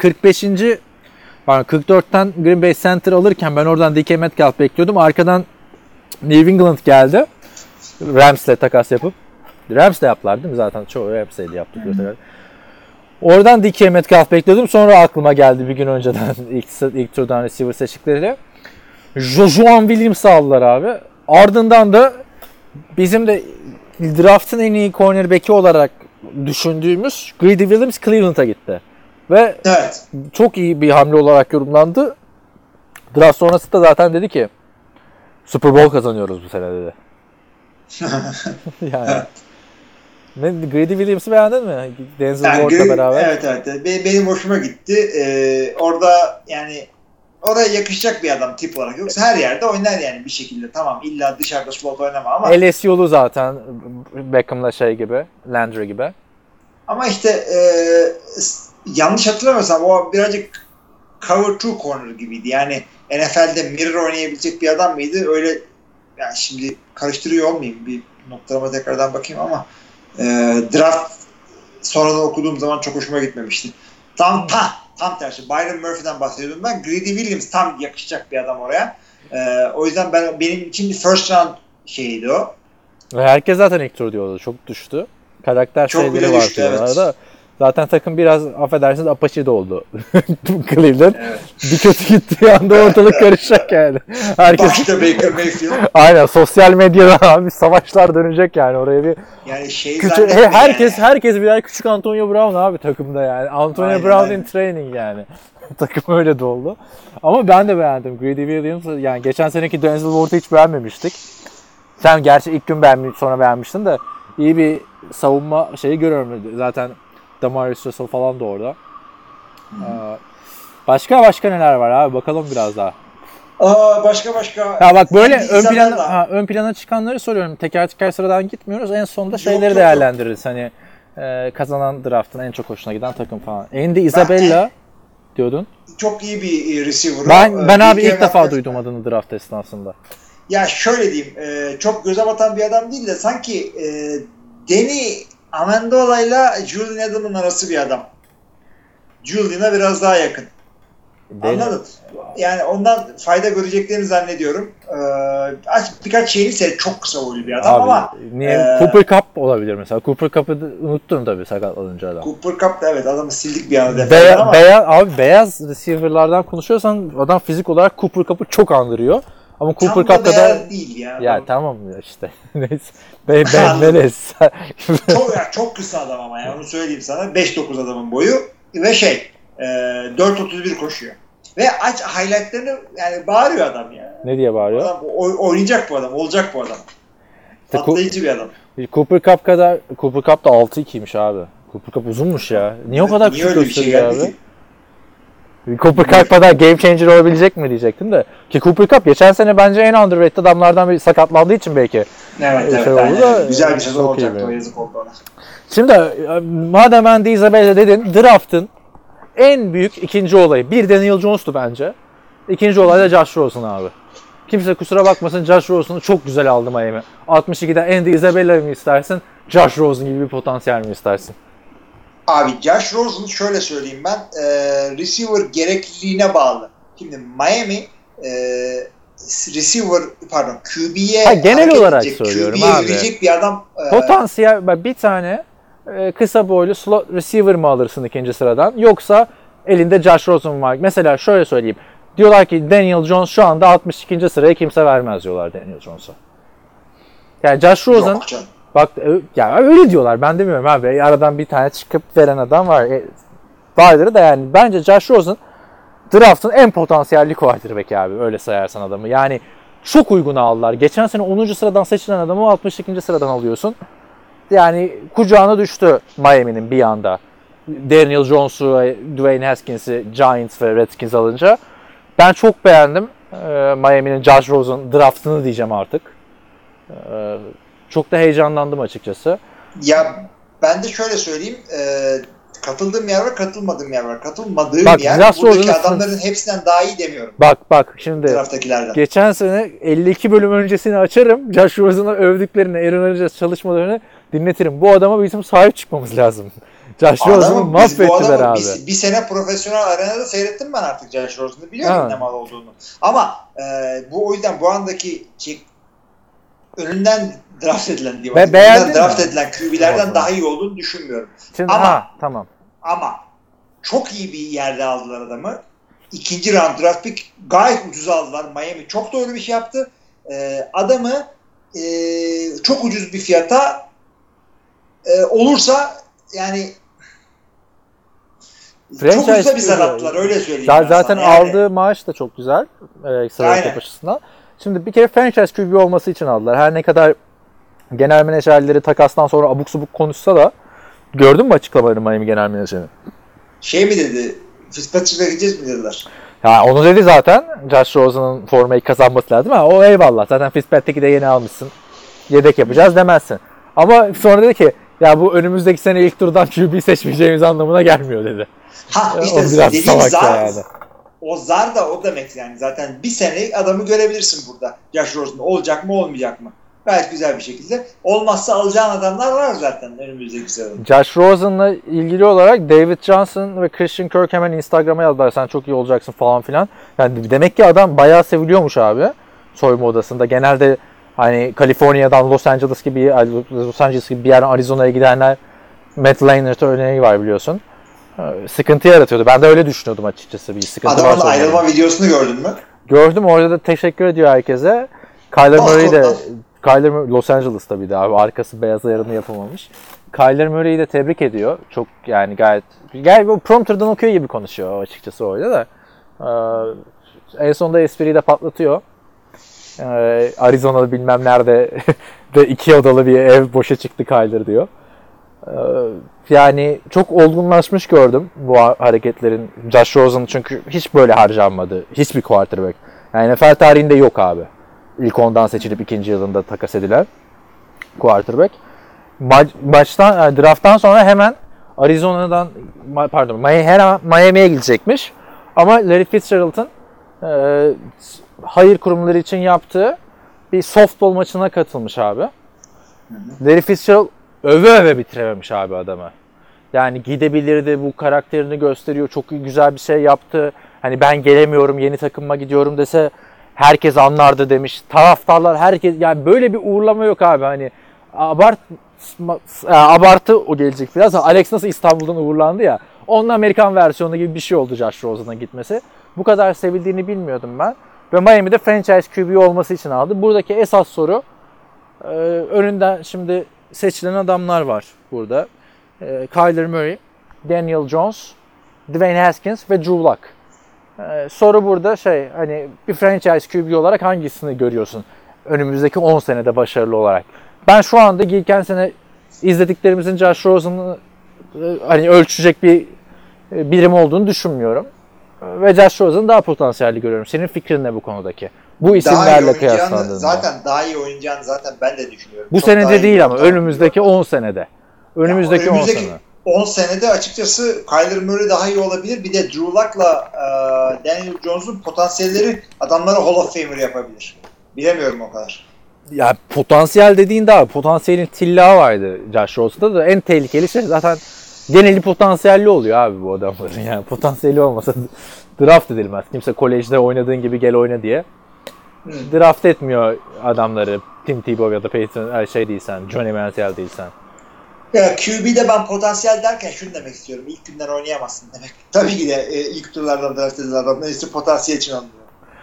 44'ten Green Bay Center alırken ben oradan DK Metcalf bekliyordum. Arkadan New England geldi. Rams'le takas yapıp. Rams'le yaptılar değil mi zaten? Çoğu Rams'le yaptık. Oradan DK Metcalf bekliyordum. Sonra aklıma geldi bir gün önceden ilk turdan receiver seçtikleriyle. Joshua Williams'ı aldılar abi. Ardından da bizim de draft'ın en iyi cornerback'i olarak düşündüğümüz Greedy Williams Cleveland'a gitti. Ve Evet. çok iyi bir hamle olarak yorumlandı. Draft sonrası da zaten dedi ki Super Bowl kazanıyoruz bu sene dedi. Yani. Greedy Williams'ı beğendin mi? Denzel Ward'la beraber. Evet. Benim hoşuma gitti. Orada yani oraya yakışacak bir adam tip olarak. Yoksa her yerde oynar yani bir şekilde. Tamam illa dışarıda slot oynama ama. LSU'lu zaten Beckham'la şey gibi, Landry gibi. Ama işte yanlış hatırlamıyorsam o birazcık cover two corner gibiydi. Yani NFL'de mirror oynayabilecek bir adam mıydı? Öyle yani şimdi karıştırıyor olmayayım. Bir notlarıma tekrardan bakayım ama draft sonradan okuduğum zaman çok hoşuma gitmemişti. Tam tersi. Byron Murphy'den bahsediyordum ben. Greedy Williams tam yakışacak bir adam oraya. O yüzden benim için bir first round şeydi o. Ve herkes zaten ilk tur diyordu. Çok düştü. Karakter çok şeyleri var diyorlar da. Zaten takım biraz affedersiniz Apache'de oldu. Cleveland. Evet. Bir kötü gittiği anda ortalık karışacak yani. Herkes... Başta Baker Mayfield. Aynen sosyal medyada abi savaşlar dönecek yani oraya bir. Yani herkes birer küçük Antonio Brown abi takımda yani. Antonio Brown in training yani. Takım öyle doldu. Ama ben de beğendim. Greedy Williams yani geçen seneki Denzel Ward'u hiç beğenmemiştik. Sen gerçi ilk gün sonra beğenmiştin de iyi bir savunma şeyi görüyorum. Zaten Damarius Russell falan da orada. Başka neler var abi? Bakalım biraz daha. Başka. Ya bak böyle ön plana çıkanları soruyorum. Teker teker sıradan gitmiyoruz. En sonunda şeyleri değerlendiririz. Hani kazanan draft'ın en çok hoşuna giden takım falan. Andy Isabella diyordun. Çok iyi bir receiver. Ben abi ilk defa duydum adını draft esnasında. Ya şöyle diyeyim. Çok göze batan bir adam değil de sanki Danny Amendola ile Julian Edelman arası bir adam. Julian'a biraz daha yakın. Anladın? Yani ondan fayda göreceklerini zannediyorum. Birkaç şeyini seyret. Çok kısa boylu bir adam abi, ama niye? Cooper Kupp olabilir mesela. Cooper Kupp'ı unuttun tabii sakatlanınca adam. Cooper Kupp da evet adamı sildik bir anda. Beyaz receiver'lardan konuşuyorsan adam fizik olarak Cooper Kupp'ı çok andırıyor. Ama Cooper Kupp kadar değil ya. Ya tamam ya işte. Neyse. Çok kısa adam ama ya onu söyleyeyim sana. 5-9 adamın boyu ve 4.31 koşuyor. Ve aç highlightlarını yani bağırıyor adam ya. Ne diye bağırıyor? Adam, oynayacak bu adam, olacak bu adam. Patlayıcı bir adam. Cooper Kupp da 6-2'ymiş abi. Cooper Kupp uzunmuş ya. Niye o kadar küçük gösteriyor abi? Ki? Cooper Kupp kadar game changer olabilecek mi diyecektim de. Ki Cooper Kupp geçen sene bence en underrated adamlardan biri sakatlandığı için belki. Evet. Oldu. Güzel bir sezon olacaktı o yazık oldu ona. Şimdi madem Andy Isabella dedin, draft'ın en büyük ikinci olayı. Bir Daniel Jones'tu bence. İkinci olay da Josh Rosen abi. Kimse kusura bakmasın Josh Rosen'ı çok güzel aldı Miami. 62'den Andy Isabella'yı mı istersin? Josh Rosen gibi bir potansiyel mi istersin? Abi Josh Rosen şöyle söyleyeyim ben. Receiver gerekliliğine bağlı. Şimdi Miami QB'ye genel olarak söylüyorum QB'ye abi. yürüyecek bir adam. Potansiyel bir tane kısa boylu slot receiver mı alırsın ikinci sıradan yoksa elinde Josh Rosen var. Mesela şöyle söyleyeyim. Diyorlar ki Daniel Jones şu anda 62. sıraya kimse vermez diyorlar Daniel Jones'a. Yani Josh Rosen bak ya öyle diyorlar. Ben demiyorum abi. Aradan bir tane çıkıp veren adam var. Vardır da yani bence Josh Rosen draft'ın en potansiyelli quarterback abi. Öyle sayarsan adamı. Yani çok uygun aldılar. Geçen sene 10. sıradan seçilen adamı 62. sıradan alıyorsun. Yani kucağına düştü Miami'nin bir anda. Daniel Jones'u, Dwayne Haskins'i, Giants ve Redskins alınca. Ben çok beğendim Miami'nin Josh Rosen draftını diyeceğim artık. Çok da heyecanlandım açıkçası. Ya ben de şöyle söyleyeyim. katıldığım yer var, katılmadığım yer var. Katılmadığım Bak, yer Josh buradaki Rosen'ın adamların hepsinden daha iyi demiyorum. Bak şimdi Drafttakilerden. geçen sene 52 bölüm öncesini açarım. Josh Rosen'ı övdüklerini, Aaron Rodgers çalışmalarını dinletirim. Bu adama bizim sahip çıkmamız lazım. Josh Rosen'ı mahvettiler abi. Bir sene profesyonel arenada seyrettim ben artık Josh Rosen'ı. Biliyorum ne mal olduğunu. Ama bu o yüzden bu andaki önünden draft edilen draft edilen QB'lerden daha iyi olduğunu düşünmüyorum. Şimdi, tamam. Ama çok iyi bir yerde aldılar adamı. 2. round draft pick gayet ucuz aldılar. Miami çok doğru bir şey yaptı. Adamı çok ucuz bir fiyata olursa yani çok ucuza bir salattılar, öyle söyleyeyim. Zaten aldığı maaş da çok güzel. Salary cap açısından. Şimdi bir kere franchise QB olması için aldılar. Her ne kadar genel menajerleri takastan sonra abuk subuk konuşsa da, gördün mü açıklamaları Miami genel menajeri? Şey mi dedi? Fitzpatrick'e gideceğiz mi dediler? Ya onu dedi zaten. Josh Rosen'ın formayı kazanması lazım. O eyvallah. Zaten Fitzpatrick'i de yeni almışsın. Yedek yapacağız demezsin. Ama sonra dedi ki ya bu önümüzdeki sene ilk turdan QB seçmeyeceğimiz anlamına gelmiyor dedi. İşte dediğim zar. Yani. O zar da o demek yani. Zaten bir sene adamı görebilirsin burada. Josh Rosen olacak mı olmayacak mı? Gayet güzel bir şekilde. Olmazsa alacağın adamlar var zaten önümüzdeki sene. Josh Rosen'la ilgili olarak David Johnson ve Christian Kirk hemen Instagram'a yazdılar. Sen çok iyi olacaksın falan filan. Yani demek ki adam bayağı seviliyormuş abi. Soyunma odasında. Genelde hani Kaliforniya'dan Los Angeles gibi bir yerden Arizona'ya gidenler, Matt Leinart örneği var biliyorsun. Sıkıntı yaratıyordu. Ben de öyle düşünüyordum açıkçası. Bir sıkıntı adamın ayrılma videosunu gördün mü? Gördüm. Orada da teşekkür ediyor herkese. Kyler Murray de Los Angeles'ta bir de abi. Arkası beyaz ayarını yapamamış. Kyler Murray'i de tebrik ediyor. Çok yani gayet bu prompter'dan okuyor gibi konuşuyor açıkçası orada da. En sonunda espriyi de patlatıyor. Arizona'da bilmem nerede de 2 odalı bir ev boşa çıktı Kyler diyor. Yani çok olgunlaşmış gördüm bu hareketlerin. Josh Rosen çünkü hiç böyle harcanmadı. Hiçbir quarterback. Yani NFL tarihinde yok abi. İlk 10'dan seçilip 2. yılında takas edilen quarterback. Draft'tan sonra hemen Miami'ye gidecekmiş. Ama Larry Fitzgerald'ın hayır kurumları için yaptığı bir softball maçına katılmış abi. Larry Fitzgerald öve bitirememiş abi adamı. Yani gidebilirdi, bu karakterini gösteriyor. Çok güzel bir şey yaptı. Hani ben gelemiyorum, yeni takımıma gidiyorum dese herkes anlardı demiş. Taraftarlar herkes, yani böyle bir uğurlama yok abi. Hani abartı o gelecek biraz. Alex nasıl İstanbul'dan uğurlandı ya. Onun Amerikan versiyonu gibi bir şey oldu Josh Rosen'a gitmesi. Bu kadar sevildiğini bilmiyordum ben. Ve Miami'de franchise QB olması için aldı. Buradaki esas soru, önünden şimdi seçilen adamlar var burada. Kyler Murray, Daniel Jones, Dwayne Haskins ve Drew Lock. Soru burada hani bir franchise QB olarak hangisini görüyorsun önümüzdeki 10 senede başarılı olarak? Ben şu anda geçen sene izlediklerimizin Josh Rosen'ı hani ölçecek bir birim olduğunu düşünmüyorum. Ve Josh Rosen'ı daha potansiyelli görüyorum. Senin fikrin ne bu konudaki? Bu isimlerle kıyaslandığında. Zaten daha iyi oynayacağını zaten ben de düşünüyorum. Bu senede değil ama önümüzdeki 10 senede. Önümüzdeki 10 sene. 10 senede açıkçası Kyler Murray daha iyi olabilir. Bir de Drew Lock'la Daniel Jones'un potansiyelleri adamları Hall of Famer yapabilir. Bilemiyorum o kadar. Ya potansiyel dediğin daha potansiyelin tillahı vardı Josh Rosen'da da en tehlikeli şey zaten geneli potansiyelli oluyor abi bu adamların. Yani potansiyeli olmasa draft edilmez. Kimse kolejde oynadığın gibi gel oyna diye draft etmiyor adamları. Tim Tebow ya da Peyton değilsen, Johnny Manziel değilsen. Ya QB'de ben potansiyel derken şunu demek istiyorum. İlk günden oynayamazsın demek. Tabii ki de ilk turlardan draft edilen adamlar ise potansiyel için alınıyor.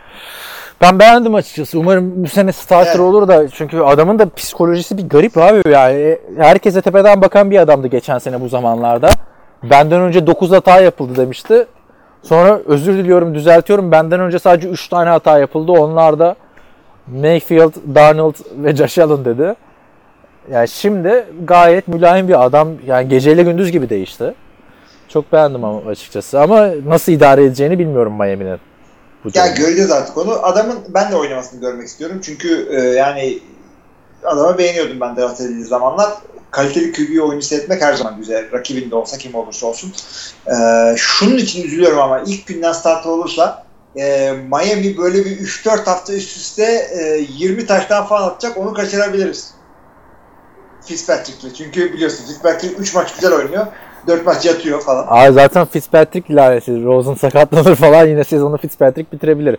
Ben beğendim açıkçası. Umarım bu sene starter olur da çünkü adamın da psikolojisi bir garip abi yani. Herkese tepeden bakan bir adamdı geçen sene bu zamanlarda. Benden önce 9 hata yapıldı demişti. Sonra özür diliyorum, düzeltiyorum. Benden önce sadece 3 tane hata yapıldı. Onlar da Mayfield, Darnold ve Josh Allen dedi. Yani şimdi gayet mülayim bir adam. Yani geceyle gündüz gibi değişti. Çok beğendim ama açıkçası. Ama nasıl idare edeceğini bilmiyorum Miami'nin. Ya göreceğiz artık onu. Adamın ben de oynamasını görmek istiyorum. Çünkü yani adamı beğeniyordum ben draft edildiği zamanlar. kaliteli QB oyunu seyretmek her zaman güzel. Rakibin de olsa kim olursa olsun. Şunun için üzülüyorum ama ilk günden start olursa Miami böyle bir 3-4 hafta üst üste 20 taştan falan atacak. Onu kaçırabiliriz. Fitzpatrick'le. Çünkü biliyorsun Fitzpatrick 3 maç güzel oynuyor. 4 maç yatıyor falan. Abi zaten Fitzpatrick laneti. Rosen sakatlanır falan yine sezonu Fitzpatrick bitirebilir.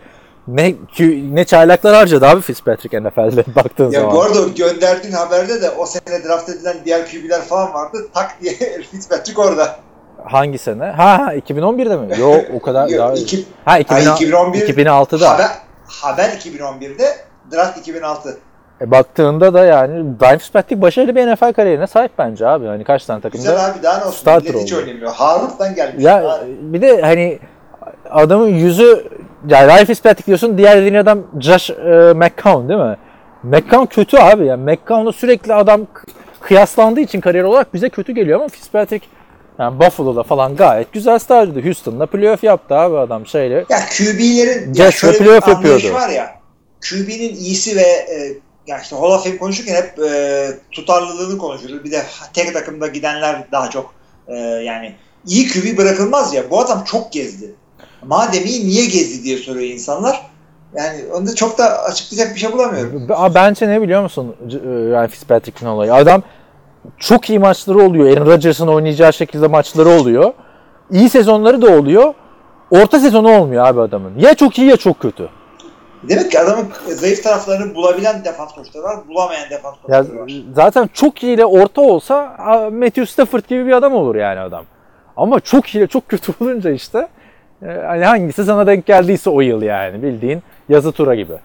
Ne çaylaklar harcadı abi Fitzpatrick NFL'de baktığın Ya zaman. bu arada gönderdiğin haberde de o sene draft edilen diğer QB'ler falan vardı. Tak diye Fitzpatrick orada. Hangi sene? Ha 2011'de mi? Yok o kadar daha. 2011 2006'da. Haber 2011'de, draft 2006. Baktığında da yani Brian Fitzpatrick başarılı bir NFL kariyerine sahip bence abi. Hani kaç tane takımda güzel abi daha ne olsun. starter Hiç oldu. oynamıyor. Harvard'dan gelmiş. Ya bir de hani adamın yüzü yani Ryan Fitzpatrick diyorsun diğer dediğin adam Josh McCown değil mi? McCown kötü abi yani McCown'la sürekli adam kıyaslandığı için kariyer olarak bize kötü geliyor ama Fitzpatrick yani Buffalo'da falan gayet güzel starterdı. Houston'da playoff yaptı abi adam şeyle. Ya QB'lerin Jets'le playoff yapıyordu. Var ya QB'nin iyisi ve ya işte Hall of Fame konuşurken hep tutarlılığını konuşuruz. Bir de tek takımda gidenler daha çok yani iyi QB bırakılmaz ya. Bu adam çok gezdi. Madem iyi niye gezdi diye soruyor insanlar. Yani onda çok da açıklayacak bir şey bulamıyorum. Bence ne biliyor musun Ryan Fitzpatrick'in olayı? Adam çok iyi maçları oluyor. Aaron Rodgers'ın oynayacağı şekilde maçları oluyor. İyi sezonları da oluyor. Orta sezonu olmuyor abi adamın. Ya çok iyi ya çok kötü. Demek ki adamın zayıf taraflarını bulabilen defans koçları var, bulamayan defans koçları var. Zaten çok iyi ile orta olsa Matthew Stafford gibi bir adam olur yani adam. Ama çok iyi ile çok kötü olunca işte hani hangisi sana denk geldiyse o yıl yani bildiğin yazı tura gibi.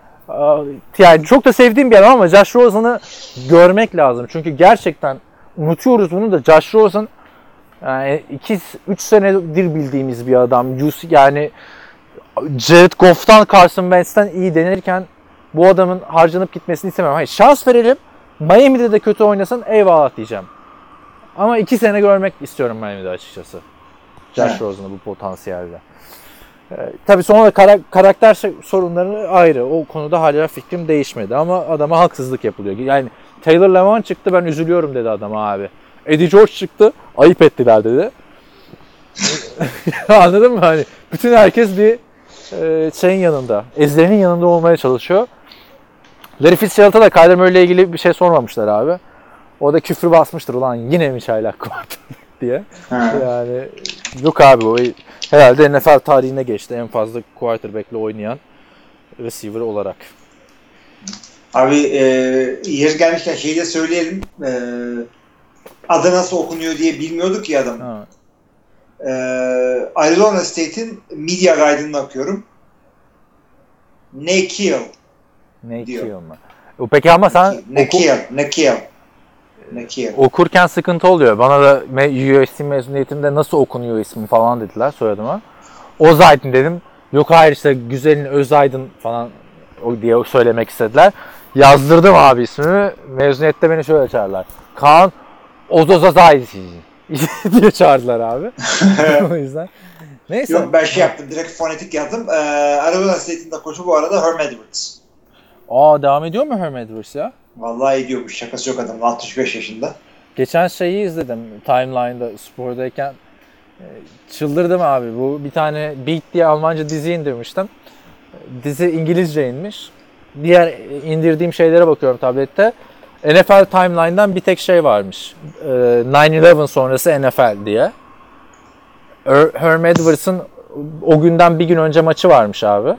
Yani çok da sevdiğim bir adam ama Josh Rosen'ı görmek lazım. Çünkü gerçekten unutuyoruz bunu da Josh Rosen yani 2-3 senedir bildiğimiz bir adam. Yani Jared Goff'tan Carson Wentz'ten iyi denirken bu adamın harcanıp gitmesini istemem. Hayır, şans verelim. Miami'de de kötü oynasın eyvallah diyeceğim. Ama 2 sene görmek istiyorum Miami'de açıkçası. Josh Rosen'ı bu potansiyelde. Tabii sonra karakter sorunları ayrı. O konuda hala fikrim değişmedi ama adama haksızlık yapılıyor. Yani Taylor Lewan çıktı ben üzülüyorum dedi adama abi. Eddie George çıktı ayıp ettiler dedi. Anladın mı? Hani bütün herkes bir şeyin yanında, ezlerinin yanında olmaya çalışıyor. Larry Fitzgerald'a da Kyler Murray ile ilgili bir şey sormamışlar abi. O da küfür basmıştır ulan yine mi çaylak quarterback diye. Yani yok abi o herhalde NFL tarihine geçti en fazla quarterback'le oynayan receiver olarak. Abi yer gelmişken şeyi de söyleyelim. Adı nasıl okunuyor diye bilmiyorduk ya adam. Arizona State'in media guide'ını okuyorum. Nakiel. Nakiel mı? Peki ama sen Nakiel. Okurken sıkıntı oluyor. Bana da USC mezuniyetimde nasıl okunuyor ismi falan dediler soyadıma. Ozaydın dedim. Yok hayır işte Güzel'in Özaydın falan diye söylemek istediler. Yazdırdım abi ismimi. Mezuniyette beni şöyle çağırdılar. Kaan Ozozazaydın diye çağırdılar abi. O yüzden. Neyse. Yok ben şey yaptım. Direkt fonetik yazdım. Arizona State'in de koçu bu arada Herm Edwards. Devam ediyor mu Herm Edwards ya? Vallahi ediyormuş. Şakası yok adamın. 65 yaşında. Geçen şeyi izledim timeline'da spordayken. Çıldırdım abi. Bu bir tane Beat diye Almanca dizi indirmiştim. Dizi İngilizce inmiş. Diğer indirdiğim şeylere bakıyorum tablette. NFL timeline'dan bir tek şey varmış. 9/11 sonrası NFL diye. Herm Edwards'ın o günden bir gün önce maçı varmış abi.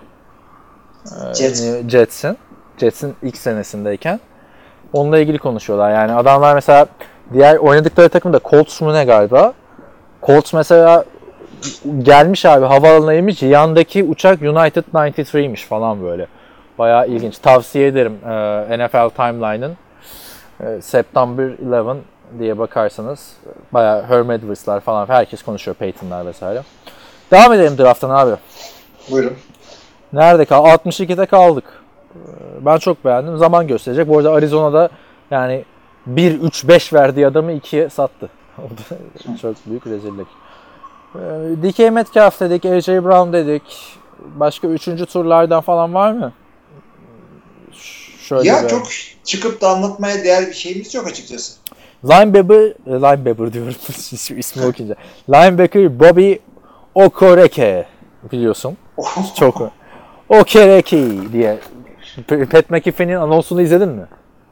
Jets'in ilk senesindeyken. Onunla ilgili konuşuyorlar. Yani adamlar mesela diğer oynadıkları takım da Colts mu ne galiba. Colts mesela gelmiş abi havaalanına inmiş. Yandaki uçak United 93'miş falan böyle. Bayağı ilginç. Tavsiye ederim NFL Timeline'ın September 11 diye bakarsanız bayağı Herm Edwards'lar falan herkes konuşuyor. Peyton'lar vesaire. Devam edelim draft'tan abi. Buyurun. Nerede kaldık? 62'de kaldık. Ben çok beğendim. Zaman gösterecek. Bu arada Arizona'da yani 1-3-5 verdiği adamı 2'ye sattı. O da çok büyük rezillik. DK Metcalf dedik, AJ Brown dedik. Başka 3. turlardan falan var mı? Şöyle ya çok çıkıp da anlatmaya değer bir şeyimiz yok açıkçası. Linebacker diyorum ismi okuyunca. Linebacker Bobby Okereke biliyorsun. Çok Okereke diye. Pat McAfee'nin anonsunu izledin mi?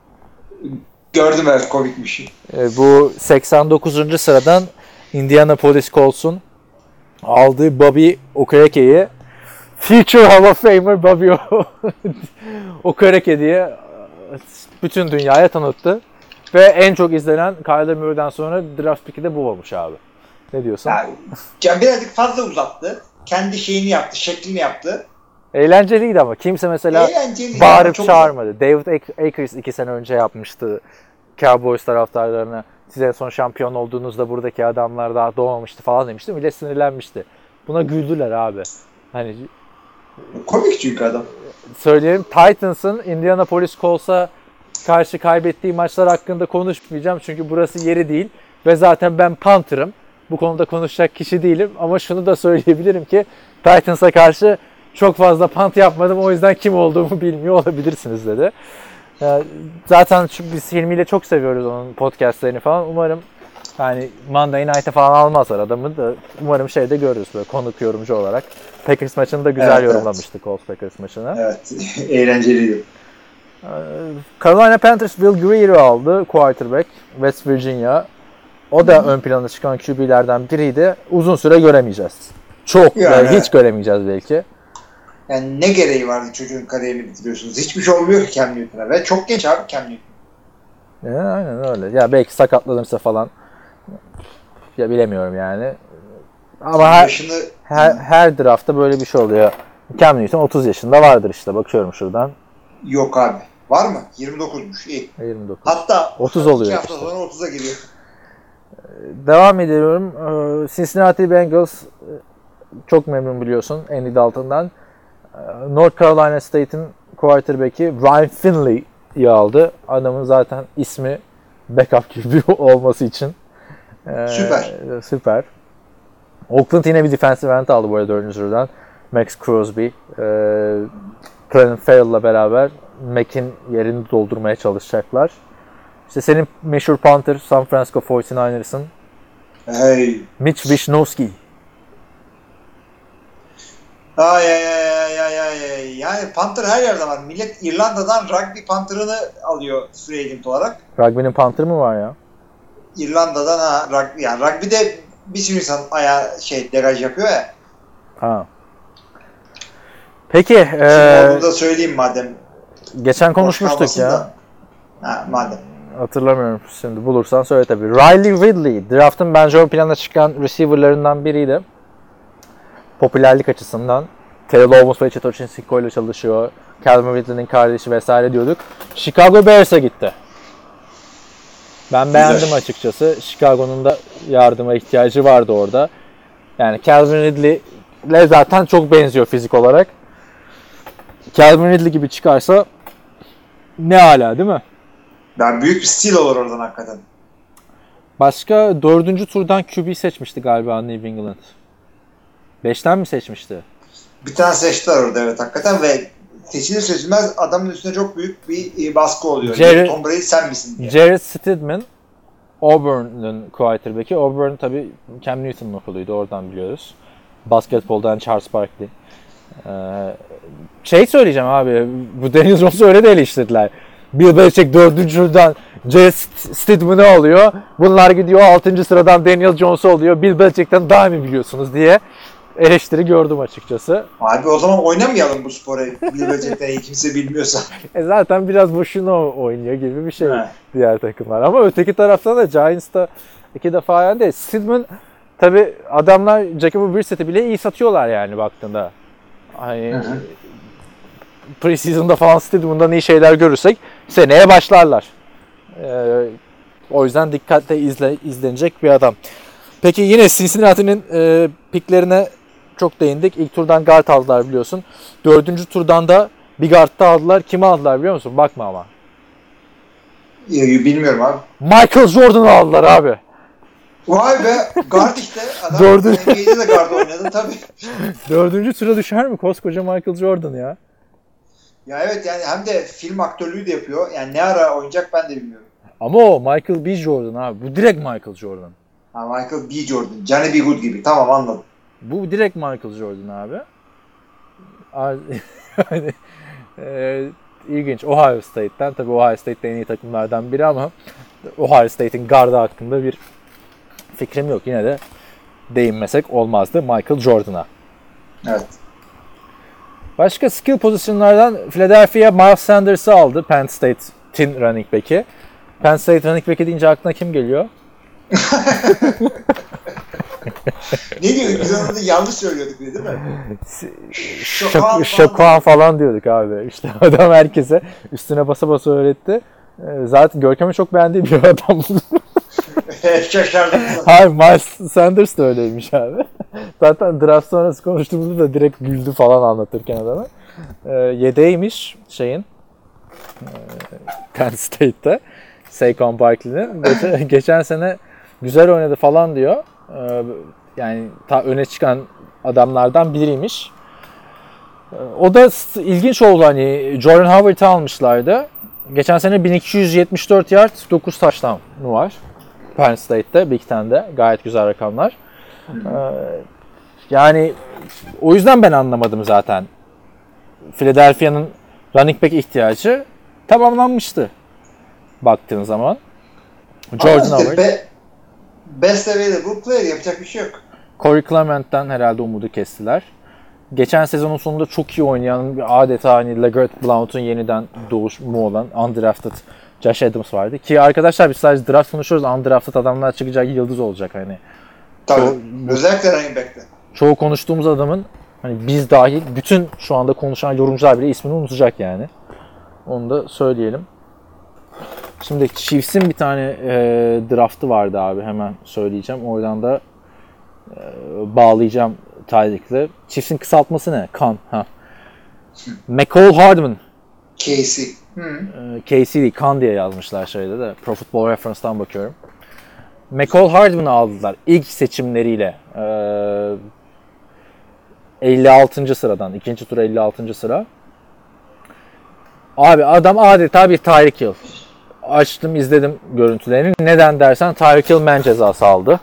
Gördüm, evet, komikmiş. Bu 89. sıradan Indianapolis Colts'un aldığı Bobby Okereke'yi Future Hall of Famer Bobby Okereke diye bütün dünyaya tanıttı. Ve en çok izlenen Kyler Murray'den sonra draft pick'i de bu olmuş abi. Ne diyorsun? Yani birazcık fazla uzattı. Kendi şeyini yaptı, şeklini yaptı. Eğlenceliydi ama kimse mesela bağırıp çağırmadı. David Akers 2 sene önce yapmıştı Cowboys taraftarlarına. Siz en son şampiyon olduğunuzda buradaki adamlar daha doğmamıştı falan demişti. Millet sinirlenmişti. Buna güldüler abi. Hani komik çünkü adam. Söyleyeyim, Titans'ın Indianapolis Colts'a karşı kaybettiği maçlar hakkında konuşmayacağım. Çünkü burası yeri değil. Ve zaten ben punter'ım. Bu konuda konuşacak kişi değilim. Ama şunu da söyleyebilirim ki Titans'a karşı çok fazla punt yapmadım. O yüzden kim olduğumu bilmiyor olabilirsiniz dedi. Zaten biz Hilmi ile çok seviyoruz onun podcastlerini falan. Umarım yani Monday Night'e falan almazlar adamı da. Umarım şeyde görürüz böyle konuk yorumcu olarak. Packers maçını da güzel yorumlamıştık, Colts Packers maçını. Evet, eğlenceliydi. Carolina Panthers Will Greer'ı aldı, quarterback, West Virginia. O da ön plana çıkan QB'lerden biriydi. Uzun süre göremeyeceğiz. Çok, yani hiç göremeyeceğiz belki. Yani ne gereği vardı çocuğun kariyerini bitiriyorsunuz? Hiçbir şey olmuyor ki Cam Newton'a. Ve çok genç abi Cam Newton. Aynen öyle. Ya belki sakatlanırsa falan. Ya bilemiyorum yani. Ama her draftta böyle bir şey oluyor. Cam Newton 30 yaşında vardır işte. Bakıyorum şuradan. Yok abi. Var mı? 29'muş. İyi. 29. Hatta 30 oluyor. 2 hafta sonra 30'a giriyor. Devam ediyorum. Cincinnati Bengals çok memnun biliyorsun Andy Dalton'dan. North Carolina State'in quarterback'i Ryan Finley'i aldı. Adamın zaten ismi backup gibi olması için. Süper. Oakland yine bir defensive end aldı bu arada 4. sıradan. Max Crosby. Clelin Ferrell'la beraber Mac'in yerini doldurmaya çalışacaklar. İşte senin meşhur punter San Francisco 49ers'ın Mitch Wisnowski. Ay. Yani punter her yerde var. Millet İrlanda'dan rugby punter'ını alıyor free agent olarak. Rugby'nin punter mı var ya? İrlanda'dan rugby. Yani rugby'de bir sürü insan degaj yapıyor ya. Ha. Peki. Onu da söyleyeyim madem. Geçen konuşmuştuk ya. Madem. Hatırlamıyorum şimdi. Bulursan söyle tabii. Riley Ridley. Draft'ın bence ön plana çıkan receiver'larından biriydi. Popülerlik açısından. Terrell Owens ve Cheto Chinsinko ile çalışıyor. Calvin Ridley'nin kardeşi vesaire diyorduk. Chicago Bears'a gitti. Ben beğendim açıkçası. Chicago'nun da yardıma ihtiyacı vardı orada. Yani Calvin Ridley ile zaten çok benziyor fizik olarak. Calvin Ridley gibi çıkarsa ne hala değil mi? Yani büyük bir stil olur oradan hakikaten. Başka 4. turdan QB seçmişti galiba New England. 5'ten mi seçmişti? Bir tane seçtiler orada evet hakikaten ve seçilir seçilmez adamın üstüne çok büyük bir baskı oluyor. Tom Brady sen misin diye. Jared Stidham Auburn'un quarterback'i. Auburn tabii Cam Newton'un okuluydu. Oradan biliyoruz. Basketboldan Charles Barkley. Söyleyeceğim abi. Bu Daniel Jones'u öyle de eleştirdiler. Bill Belichick 4. turdan Jared Stidham'ı alıyor. Bunlar gidiyor 6. sıradan Daniel Jones'u alıyor. Bill Belichick'ten daha mı biliyorsunuz diye eleştiri gördüm açıkçası. Abi o zaman oynamayalım bu sporu. Bill Belichick'ten iyi kimse bilmiyorsa. Zaten biraz boşuna oynuyor gibi bir şey diğer takımlar. Ama öteki taraftan da Giants'ta 2 defa yendi. Stidham tabi adamlar Jacoby Brissett'i bile iyi satıyorlar yani baktığında. Hani preseason'da falan Stidham'dan iyi şeyler görürsek seneye başlarlar. O yüzden dikkatle izlenecek bir adam. Peki yine Cincinnati'nin picklerine çok değindik. İlk turdan guard aldılar biliyorsun. 4. turdan da bir guard da aldılar. Kimi aldılar biliyor musun? Bakma ama. Bilmiyorum abi. Michael Jordan'ı aldılar abi. Vay be. Guard işte. Adam NBA'de de guard oynadı tabii. 4. tura düşer mi koskoca Michael Jordan ya? Ya evet yani hem de film aktörlüğü de yapıyor. Yani ne ara oynayacak ben de bilmiyorum. Ama o Michael B. Jordan abi. Bu direkt Michael Jordan. Ha, Michael B. Jordan. Johnny B. Good gibi. Tamam, anladım. Bu direkt Michael Jordan abi. Yani, ilginç. Ohio State'ten. Tabii Ohio State'de en iyi takımlardan biri ama Ohio State'in gardı hakkında bir fikrim yok. Yine de değinmesek olmazdı Michael Jordan'a. Evet. Başka skill pozisyonlardan Philadelphia Miles Sanders'ı aldı. Penn State'in running back'i. Penn State running back'i deyince aklına kim geliyor? Ne diyor? Biz onu da yanlış söylüyorduk değil mi? Şakuan falan diyorduk abi. İşte adam herkese üstüne basa basa öğretti. Zaten Görkem'in çok beğendiği bir adam. Şaşardım. Hayır, Miles Sanders da öyleymiş abi. Zaten draft sonrası konuştuğumuzda da direkt güldü falan anlatırken adamı. Yedeğiymiş şeyin. Penn State'te. Saquon Barkley'nin. Geçen sene güzel oynadı falan diyor. Yani öne çıkan adamlardan biriymiş. O da ilginç oldu, hani Jordan Howard'ı almışlardı. Geçen sene 1274 yard, 9 touchdown'u var. Penn State'te, Big Ten'de. Gayet güzel rakamlar. Yani o yüzden ben anlamadım zaten. Philadelphia'nın running back ihtiyacı tamamlanmıştı baktığın zaman. Jordan Howard. Best available player, yapacak bir şey yok. Corey Clement'ten herhalde umudu kestiler. Geçen sezonun sonunda çok iyi oynayan, adeta hani LeGarrette Blount'un yeniden doğuşumu olan undrafted Josh Adams vardı. Ki arkadaşlar biz sadece draft konuşuyoruz. Undrafted adamlar çıkacak, yıldız olacak hani. Tabii. Özellikle running back'te. Çoğu konuştuğumuz adamın, hani biz dahil bütün şu anda konuşan yorumcular bile ismini unutacak yani. Onu da söyleyelim. Şimdi Chiefs'in bir tane draftı vardı abi, hemen söyleyeceğim. Oradan da bağlayacağım Tyrik'le. Chiefs'in kısaltması ne? Kan. McCall Hardman. KC. KC değil, Kan diye yazmışlar şeyde de. Pro Football Reference'dan bakıyorum. McCall Hardman'ı aldılar ilk seçimleriyle. 56. sıradan. İkinci tur 56. sıra. Abi adam adeta bir Tyreek Hill. Açtım, izledim görüntülerini. Neden dersen Tyreek Hill men cezası aldı.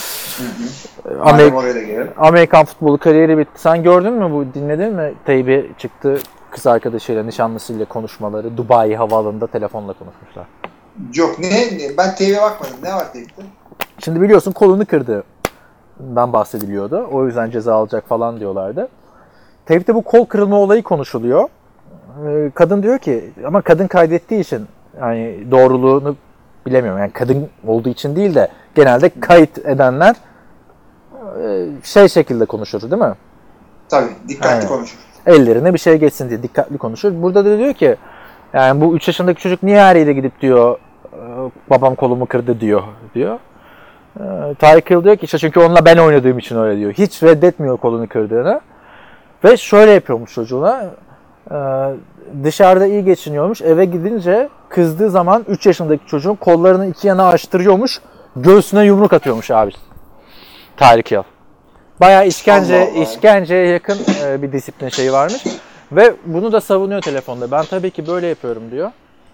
Amerikan futbolu kariyeri bitti. Sen gördün mü bu? Dinledin mi? Teybi çıktı kız arkadaşıyla, nişanlısıyla konuşmaları. Dubai havaalanında telefonla konuşmuşlar. Yok, ne? Ben TV'ye bakmadım. Ne var TV'de? Şimdi biliyorsun kolunu kırdığından bahsediliyordu. O yüzden ceza alacak falan diyorlardı. Teypte bu kol kırılma olayı konuşuluyor. Kadın diyor ki, ama kadın kaydettiği için yani doğruluğunu bilemiyorum. Yani kadın olduğu için değil de genelde kayıt edenler şekilde konuşur değil mi? Tabii, dikkatli konuşur. Ellerine bir şey geçsin diye dikkatli konuşur. Burada da diyor ki, yani bu 3 yaşındaki çocuk niye her yere gidip diyor babam kolumu kırdı diyor. Tyreek Hill diyor ki işte çünkü onunla ben oynadığım için öyle diyor. Hiç reddetmiyor kolunu kırdığını. Ve şöyle yapıyormuş çocuğuna. Dışarıda iyi geçiniyormuş. Eve gidince kızdığı zaman 3 yaşındaki çocuğun kollarını iki yana açtırıyormuş. Göğsüne yumruk atıyormuş abi. Tyreek Hill. Bayağı işkenceye yakın bir disiplin şeyi varmış. Ve bunu da savunuyor telefonda. Ben tabii ki böyle yapıyorum diyor.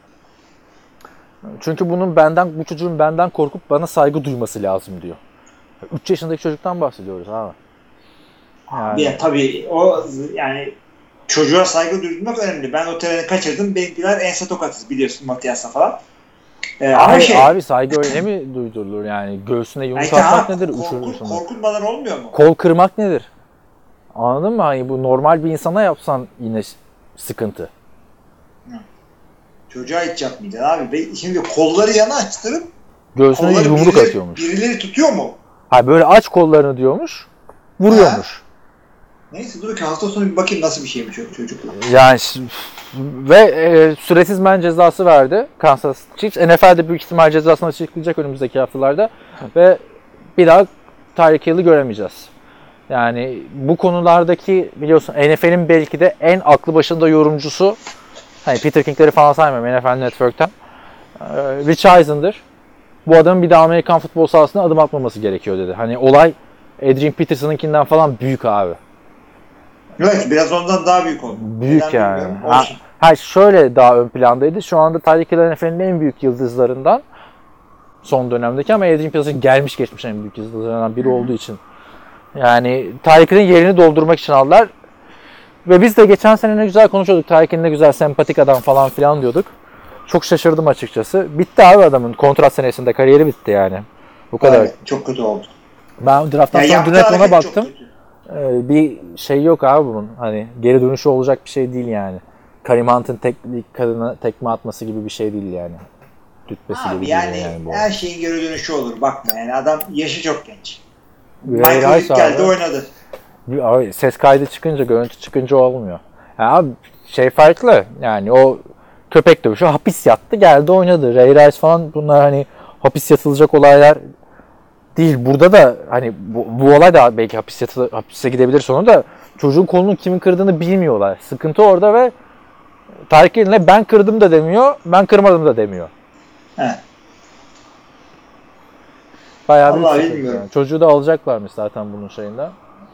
Çünkü bu çocuğun benden korkup bana saygı duyması lazım diyor. 3 yaşındaki çocuktan bahsediyoruz abi. Yani tabii o yani çocuğa saygı duymak önemli. Ben o treni kaçırdım. Benimkiler ense tokatız biliyorsun Matias'la falan. Abi saygı öyle mi duydurulur yani? Göğsüne yumruk atmak nedir? Korkutmadan olmuyor mu? Kol kırmak nedir? Anladın mı? Hani bu normal bir insana yapsan yine sıkıntı. Çocuğa hiç yapmayacaksın abi. Şimdi kolları yana açtırıp göğsüne yumruk atıyormuş. Birileri tutuyor mu? Hayır, böyle aç kollarını diyormuş. Vuruyormuş. Neyse dur ki hafta sonu bir bakayım nasıl bir şeymiş o çocuk. Yani ve süresiz men cezası verdi Kansas Chiefs. NFL'de büyük ihtimal cezasını açıklayacak önümüzdeki haftalarda ve bir daha Tyreek Hill'i göremeyeceğiz. Yani bu konulardaki biliyorsun NFL'in belki de en aklı başında yorumcusu, hani Peter King'leri falan saymıyorum NFL Network'ten, Rich Eisen'dır. Bu adamın bir daha Amerikan futbol sahasına adım atmaması gerekiyor dedi. Hani olay Adrian Peterson'ınkinden falan büyük abi. Evet, biraz ondan daha büyük oldu. Büyük yani. Ha şöyle daha ön plandaydı. Şu anda Tyreek Hill NFL'in en büyük yıldızlarından son dönemdeki ama Adrian Peterson gelmiş geçmiş en büyük yıldızlarından biri olduğu için. Yani Tyreek Hill'in yerini doldurmak için aldılar. Ve biz de geçen sene ne güzel konuşuyorduk. Tyreek Hill ne güzel sempatik adam falan filan diyorduk. Çok şaşırdım açıkçası. Bitti abi adamın. Kontrat senesinde kariyeri bitti yani. Bu kadar. Evet, çok kötü oldu. Ben drafttan Yani sonra dün yaptığı hep ona hareket çok baktım. kötü. Bir şey yok abi bunun. Hani geri dönüşü olacak bir şey değil yani. Kareem Hunt'ın kadına tekme atması gibi bir şey değil yani. Tütmesi gibi Abi değil yani bu. her şeyin geri dönüşü olur. Bakma yani adam yaşı çok genç. Ray Michael Rice Vick geldi abi. oynadı. Abi ses kaydı çıkınca, görüntü çıkınca olmuyor. Yani abi şey farklı. Yani o köpek dövüşü hapis yattı, geldi oynadı. Ray Rice falan bunlar hani hapis yatılacak olaylar değil. Burada da hani bu olay da belki hapise gidebilir sonunda. Çocuğun kolunun kimin kırdığını bilmiyorlar. Sıkıntı orada ve Tyreek Hill'le ben kırdım da demiyor, ben kırmadım da demiyor. He. Bayağı Vallahi bir sıkıntı. bilmiyorum. Yani. Çocuğu da alacaklarmış zaten bunun şeyinde.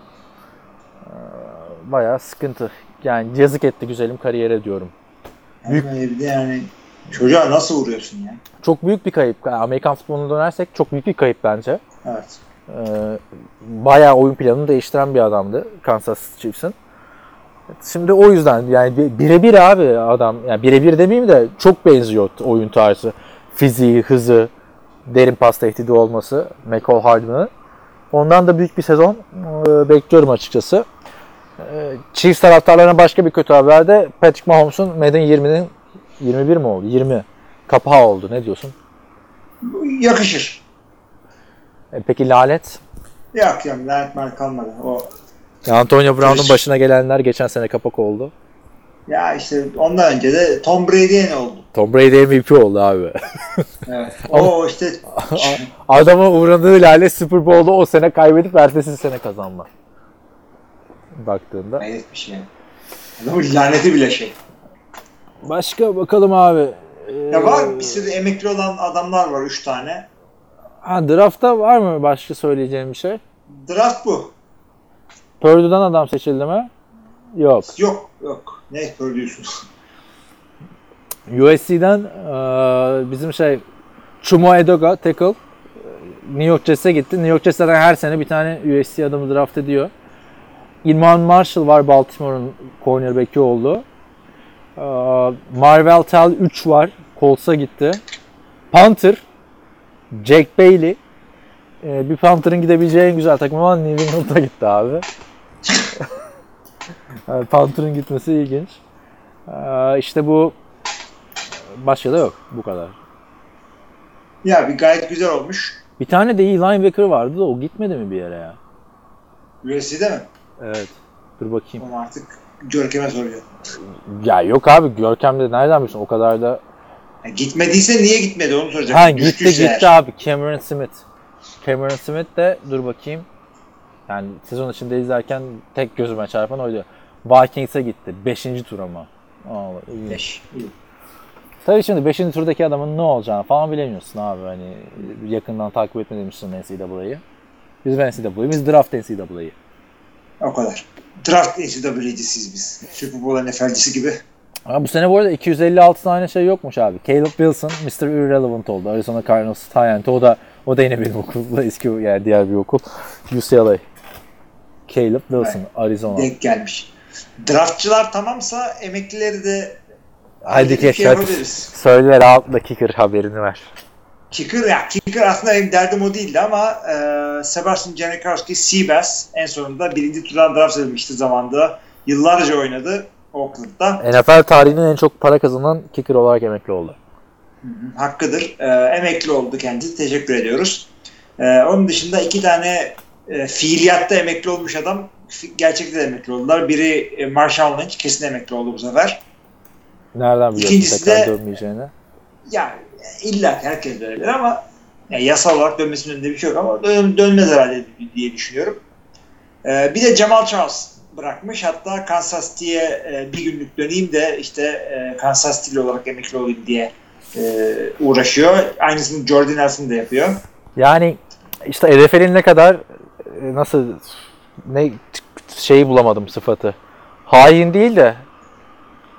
Bayağı sıkıntı. Yani yazık etti güzelim kariyere diyorum. Yani çocuğa nasıl vuruyorsun ya? Çok büyük bir kayıp. Amerikan futboluna dönersek çok büyük bir kayıp bence. Evet. Bayağı oyun planını değiştiren bir adamdı Kansas Chiefs'in. Şimdi o yüzden yani birebir abi adam. Yani birebir demeyeyim de çok benziyor oyun tarzı. Fiziği, hızı, derin pas tehdidi olması Mecole Hardman'ın. Ondan da büyük bir sezon bekliyorum açıkçası. Chiefs taraftarlarına başka bir kötü haber de Patrick Mahomes'un Madden 20'nin 21 mi oldu? 20 kapağı oldu. Ne diyorsun? Yakışır. Peki lanet? Yok ya lanet kalmadı. O Antonio Brown'un başına gelenler geçen sene kapak oldu. ya işte ondan önce de Tom Brady'ye ne oldu? Tom Brady MVP oldu abi. Evet. O işte Adama uğradığı lanet Super Bowl'da o sene kaybedip ertesi sene kazanma. Baktığında. hayret bir şey. Adamın laneti bile şey. Başka bakalım abi. Ya var bir sürü emekli olan adamlar var 3 tane. Draftta var mı başka söyleyeceğim bir şey? Draft bu. Purdue'dan adam seçildi mi? Yok. Yok. Ne söylüyorsun? USC'den bizim Chumo Edoga tackle New York Jets'e gitti. New York Jets zaten her sene bir tane USC adamı draft ediyor. Ilman Marshall var, Baltimore'un cornerback'i oldu. Marvell Tell 3 var. Colts'a gitti. Panther Jack Bailey. Bir Panther'ın gidebileceği en güzel takım ama New England'a gitti abi. Yani Panther'ın gitmesi ilginç. İşte bu başka da yok. Bu kadar. Ya bir gayet güzel olmuş. Bir tane de iyi linebacker vardı da o gitmedi mi bir yere ya? USC'de mi? Evet. Dur bakayım. Onu artık Görkem'e soruyor. Ya yok abi Görkem'de nereden bilsin o kadar da. Ya gitmediyse niye gitmedi onu soracak. Ha gitti abi Cameron Smith. Cameron Smith de dur bakayım. Yani sezon içinde izlerken tek gözüme çarpan oydu. Vikings'e gitti. 5. tur ama. Beş. Tabii şimdi 5. turdaki adamın ne olacağını falan bilemiyorsun abi. Hani yakından takip etmediğimizsin NCAA'yı. Biz NCAA'yı, biz draft NCAA'yı. O kadar. Draft NCAA'cisiyiz biz. Super Bowl NFL'cisi gibi. Ama bu sene bu arada 256 tane şey yokmuş abi. Caleb Wilson Mr. Irrelevant oldu. Arizona Cardinals Tyent. O da yine benim okulda eski yani diğer bir okul. UCLA. Caleb Wilson Evet. Arizona. Denk gelmiş. Draftçılar tamamsa emeklileri de Hadi geç hadi. yapabiliriz. Söyle rahatla kicker haberini ver. Kicker aslında benim derdim o değildi ama Sebastian Janikowski Seabass en sonunda 1. turdan draft edilmişti zamanında. Yıllarca oynadı Oakland'da. NFL tarihinin en çok para kazanan kicker olarak emekli oldu. Hakkıdır. Emekli oldu kendisi. Teşekkür ediyoruz. Onun dışında 2 tane fiiliyatta emekli olmuş adam gerçekten de emekli oldular. Biri Marshawn Lynch kesin emekli oldu bu sefer. Nereden biliyorsun İkincisi tekrar de dönmeyeceğini? ya illa herkes dönebilir ama yani yasal olarak dönmesinin önünde bir şey yok ama dönmez herhalde diye düşünüyorum. Bir de Jamal Charles bırakmış. Hatta Kansas City'ye bir günlük döneyim de işte Kansas City'li olarak emekli olayım diye uğraşıyor. Aynısını Jordan Nelson da yapıyor. Yani işte NFL'in ne kadar nasıl şeyi bulamadım sıfatı. Hain değil de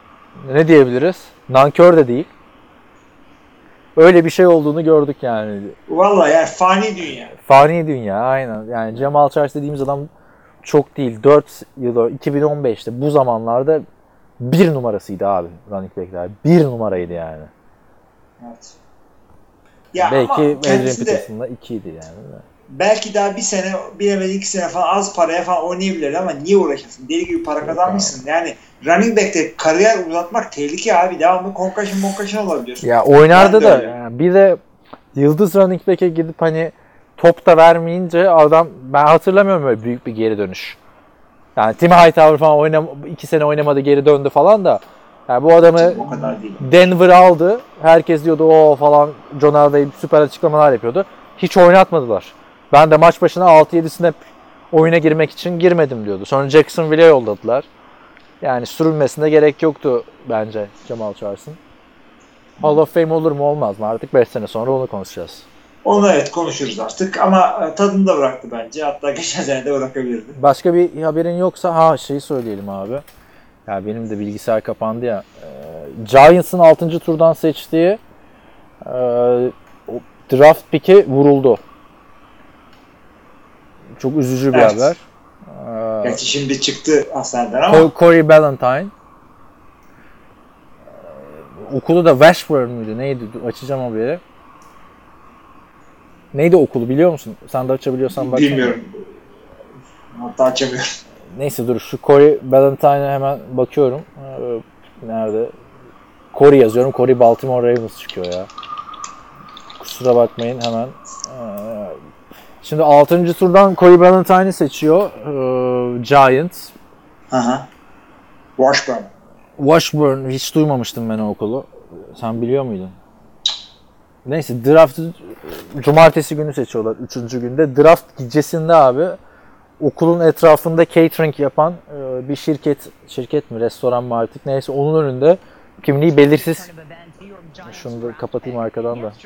ne diyebiliriz? Nankör de değil. Öyle bir şey olduğunu gördük yani. Vallahi yani fani dünya. Fani dünya aynen. Yani Jamal Charles dediğimiz adam çok değil. 4 yıl 2015'te bu zamanlarda 1 numarasıydı abi running back'ler. 1 numaraydı yani. Evet. Ya belki ama Adrian kendisi de Peterson'da 2'ydi yani. belki daha bir sene, bilemedi 2 sene falan az paraya falan oynayabilir ama niye uğraşasın? Deli gibi para kazanmışsın. Yani running back'te kariyer uzatmak tehlike abi. Devamlı concussion olabilir. Ya oynardı Ben de da öyle. yani bir de yıldız running back'e gidip hani top da vermeyince adam, ben hatırlamıyorum böyle büyük bir geri dönüş. Yani Tim Hightower falan 2 sene oynamadı, geri döndü falan da. Yani bu adamı O kadar değil. Denver aldı. Herkes diyordu o falan, John Elway süper açıklamalar yapıyordu. Hiç oynatmadılar. Ben de maç başına 6-7 snap oyuna girmek için girmedim diyordu. Sonra Jacksonville'e yolladılar. Yani sürülmesine gerek yoktu bence Jamal Charles'ın. Hall of Fame olur mu olmaz mı? Artık 5 sene sonra onu konuşacağız. Onu evet konuşuruz artık ama tadını da bıraktı bence. Hatta geçen sene de bırakabilirdi. Başka bir haberin yoksa şeyi söyleyelim abi. Ya benim de bilgisayar kapandı ya. Giants'ın 6. turdan seçtiği draft pick'i vuruldu. Çok üzücü bir Evet. haber. Gerçi şimdi çıktı hastaneden ama. Corey Ballantyne. Okulu da Washburn muydu? Neydi? Açacağım haberi. Neydi okulu biliyor musun? Sen de açabiliyorsan baksana. Bilmiyorum. Hatta açamıyorum. Neyse dur, şu Corey Ballantyne'a hemen bakıyorum. Nerede? Corey yazıyorum. Corey Baltimore Ravens çıkıyor ya. Kusura bakmayın hemen. Şimdi 6. turdan Corey Ballantyne'ı seçiyor Giants. Aha. Washburn. Washburn, hiç duymamıştım ben o okulu. Sen biliyor muydun? Neyse, draft'ı cumartesi günü seçiyorlar 3. günde. Draft gecesinde abi okulun etrafında catering yapan bir şirket mi, restoran mı artık neyse, onun önünde kimliği belirsiz. Şunu da kapatayım arkadan da.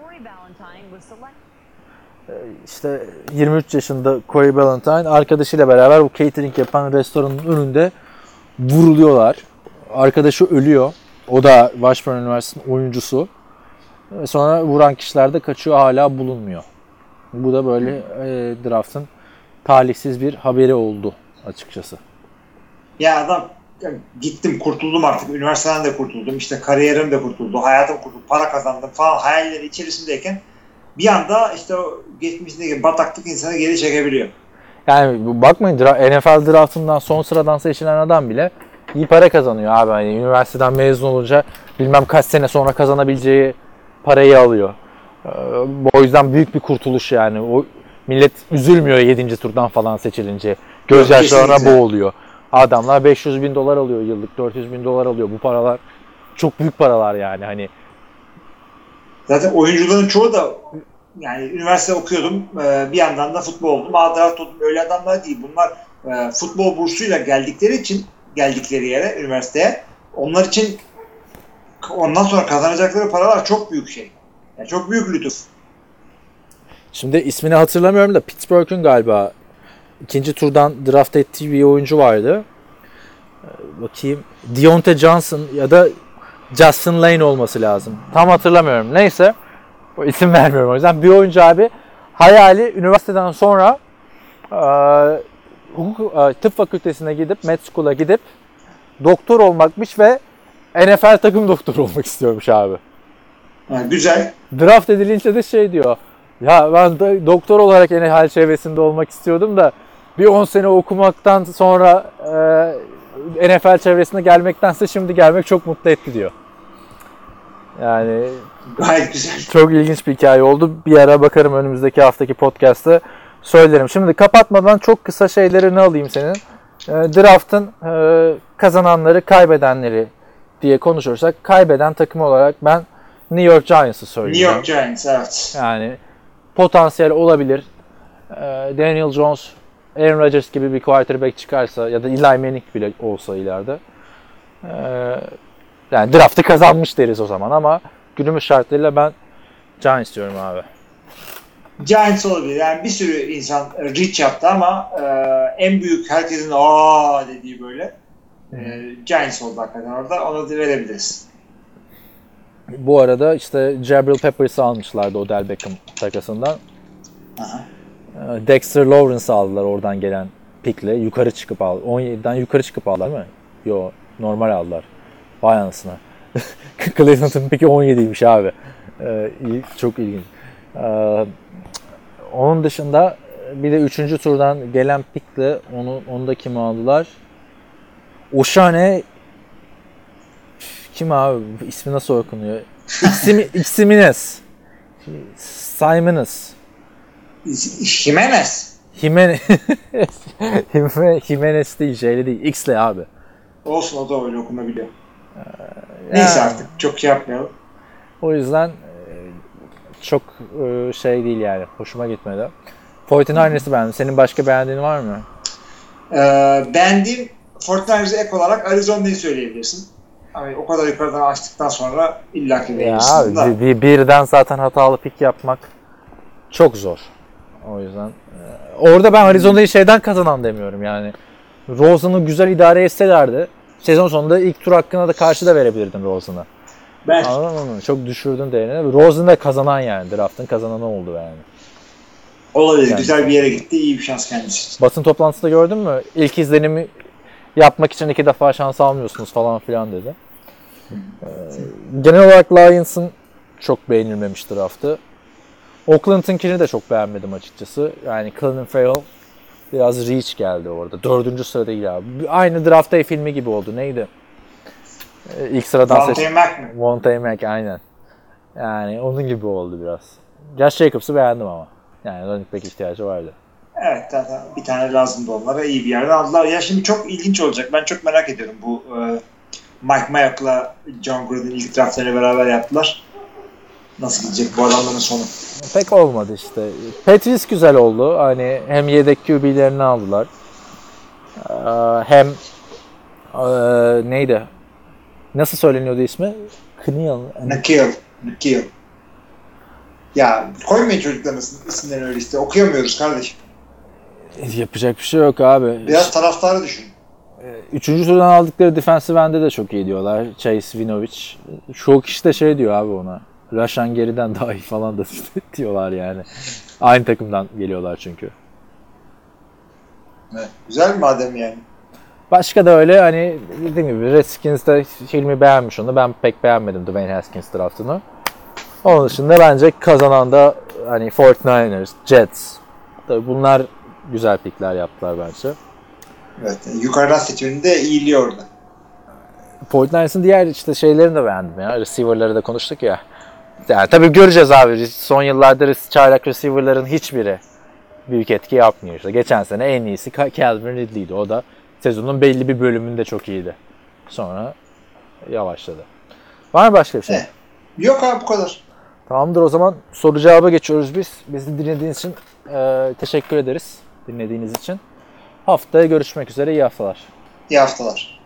İşte 23 yaşında Corey Ballantyne arkadaşıyla beraber bu catering yapan restoranın önünde vuruluyorlar. Arkadaşı ölüyor. O da Washburn Üniversitesi'nin oyuncusu. Sonra vuran kişiler de kaçıyor, hala bulunmuyor. Bu da böyle draft'ın talihsiz bir haberi oldu açıkçası. Ya adam gittim kurtuldum artık. Üniversiteden de kurtuldum. İşte kariyerim de kurtuldu. Hayatım kurtuldu. Para kazandım falan hayalleri içerisindeyken bir anda işte o geçmişindeki bataklık insanı geri çekebiliyor. Yani bakmayın, NFL draftından son sıradan seçilen adam bile iyi para kazanıyor abi. Hani üniversiteden mezun olunca bilmem kaç sene sonra kazanabileceği parayı alıyor. O yüzden büyük bir kurtuluş yani. O millet üzülmüyor 7. turdan falan seçilince. Gözyaşlarına boğuluyor. Adamlar $500,000 alıyor yıllık, $400,000 alıyor. Bu paralar çok büyük paralar yani. Hani zaten oyuncuların çoğu da yani üniversite okuyordum. Bir yandan da futbol oldum. Draft oldum. Öyle adamlar değil. Bunlar futbol bursuyla geldikleri için geldikleri yere, üniversiteye, onlar için ondan sonra kazanacakları paralar çok büyük şey. Yani çok büyük lütuf. şimdi ismini hatırlamıyorum da Pittsburgh'ün galiba 2. turdan draft ettiği bir oyuncu vardı. Bakayım. Deontay Johnson ya da Justin Lane olması lazım. Tam hatırlamıyorum. Neyse. O isim vermiyorum o yüzden. Bir oyuncu abi hayali üniversiteden sonra tıp fakültesine gidip, med school'a gidip doktor olmakmış ve NFL takım doktoru olmak istiyormuş abi. Yani güzel. Draft edilince de şey diyor. Ya ben de doktor olarak NFL çevresinde olmak istiyordum da bir 10 sene okumaktan sonra NFL çevresine gelmektense şimdi gelmek çok mutlu etti diyor. Yani Gayet güzel. çok ilginç bir hikaye oldu. Bir ara bakarım, önümüzdeki haftaki podcast'ta söylerim. Şimdi kapatmadan çok kısa şeylerini alayım senin. Draft'ın kazananları, kaybedenleri diye konuşursak, kaybeden takım olarak ben New York Giants'ı söyleyeceğim. New York Giants, evet. Yani potansiyel olabilir. Daniel Jones, Aaron Rodgers gibi bir quarterback çıkarsa ya da Eli Manning bile olsa ileride. Yani draft'ı kazanmış deriz o zaman ama günümüz şartlarıyla ben Giants diyorum abi. Giants olabilir. Yani bir sürü insan reach yaptı ama en büyük herkesin aa dediği böyle Giants oldu hakikaten orada. Onu da verebiliriz. Bu arada işte Jabril Peppers'ı almışlardı Odell Beckham takasından. Aha. Dexter Lawrence'ı aldılar oradan gelen pickle. Yukarı çıkıp aldı. 17'den yukarı çıkıp aldılar mı? Yo, normal aldılar. Vay anasına. Cleveland'ın pick'i 17'ymiş abi. Çok ilginç. Onun dışında bir de 3. turdan gelen pickle onu da kim aldılar? Oshane kim abi? İsmi nasıl okunuyor? Ximines. Simonus. Jimenez. Jimenez değil, şeyle değil. X'le abi. Olsun, o da öyle okunabiliyor. Neyse artık çok şey yapmayalım. O yüzden çok şey değil yani. Hoşuma gitmedi. 49ers'ı beğendim. Senin başka beğendiğin var mı? Beğendiğim 49ers'e ek olarak Arizona'yı söyleyebilirsin. Hani o kadar yukarıdan açtıktan sonra illaki beğenirsin da. Birden zaten hatalı pick yapmak çok zor. O yüzden orada ben Arizona'yı şeyden kazanan demiyorum yani. Rosen'ı güzel idare etselerdi sezon sonunda ilk tur hakkına da karşı da verebilirdin Rosen'a. Anladın mı? Çok düşürdün değerini. Rosen da kazanan yani. Draft'ın kazananı oldu yani. Olabilir. Yani. Güzel bir yere gitti. İyi bir şans kendisi. Basın toplantısında gördün mü? İlk izlenimi yapmak için 2 defa şans almıyorsunuz falan filan dedi. Genel olarak Lions'ın çok beğenilmemiş draftı. Oakland'ınkini de çok beğenmedim açıkçası. Yani Clelin Ferrell biraz reach geldi orada. 4. sırada değil abi. Aynı Draft Day filmi gibi oldu. Neydi? İlk sıradan Vontae Mack mi? Vontae Mack aynen. Yani onun gibi oldu biraz. Josh Jacobs'ı beğendim ama. Yani running back ihtiyacı vardı. Evet, zaten bir tane lazımdı onlara. İyi bir yerden aldılar. Ya şimdi çok ilginç olacak. Ben çok merak ediyorum. Bu Mike Mayock'la John Gruden ilk draftlarını beraber yaptılar. Nasıl gidecek bu adamların sonu? Pek olmadı işte. Patriots güzel oldu. Hani hem yedek QB'lerini aldılar. Hem neydi? Nasıl söyleniyordu ismi? Nikhil. Ya koymayın çocukların isimlerini öyle işte. Okuyamıyoruz kardeşim. Yapacak bir şey yok abi. Biraz taraftarı düşün. 3. turdan aldıkları defensive end'e de çok iyi diyorlar. Chase Winovich. Çoğu kişi de şey diyor abi ona. Rashan Gary'den daha iyi falan da diyorlar yani. Aynı takımdan geliyorlar çünkü. Evet. Güzel madem yani. Başka da öyle hani dediğim gibi Redskins'te Hilmi beğenmiş onu. Ben pek beğenmedim Dwayne Haskins draftını. Onun dışında bence kazanan da hani 49ers, Jets. Tabii bunlar güzel pickler yaptılar bence. Evet. Yukarıdan seçiminde iyiliği orada. 49ers'ın diğer işte şeylerini de beğendim ya. Receiver'ları da konuştuk ya. Yani tabii göreceğiz abi. Son yıllarda çaylak receiver'ların hiçbiri büyük etki yapmıyor. İşte geçen sene en iyisi Calvin Ridley'di. O da sezonun belli bir bölümünde çok iyiydi. Sonra yavaşladı. Var mı başka bir şey? Yok abi, bu kadar. Tamamdır, o zaman soru cevaba geçiyoruz biz. Bizi dinlediğiniz için teşekkür ederiz. Dinlediğiniz için. Haftaya görüşmek üzere. İyi haftalar. İyi haftalar.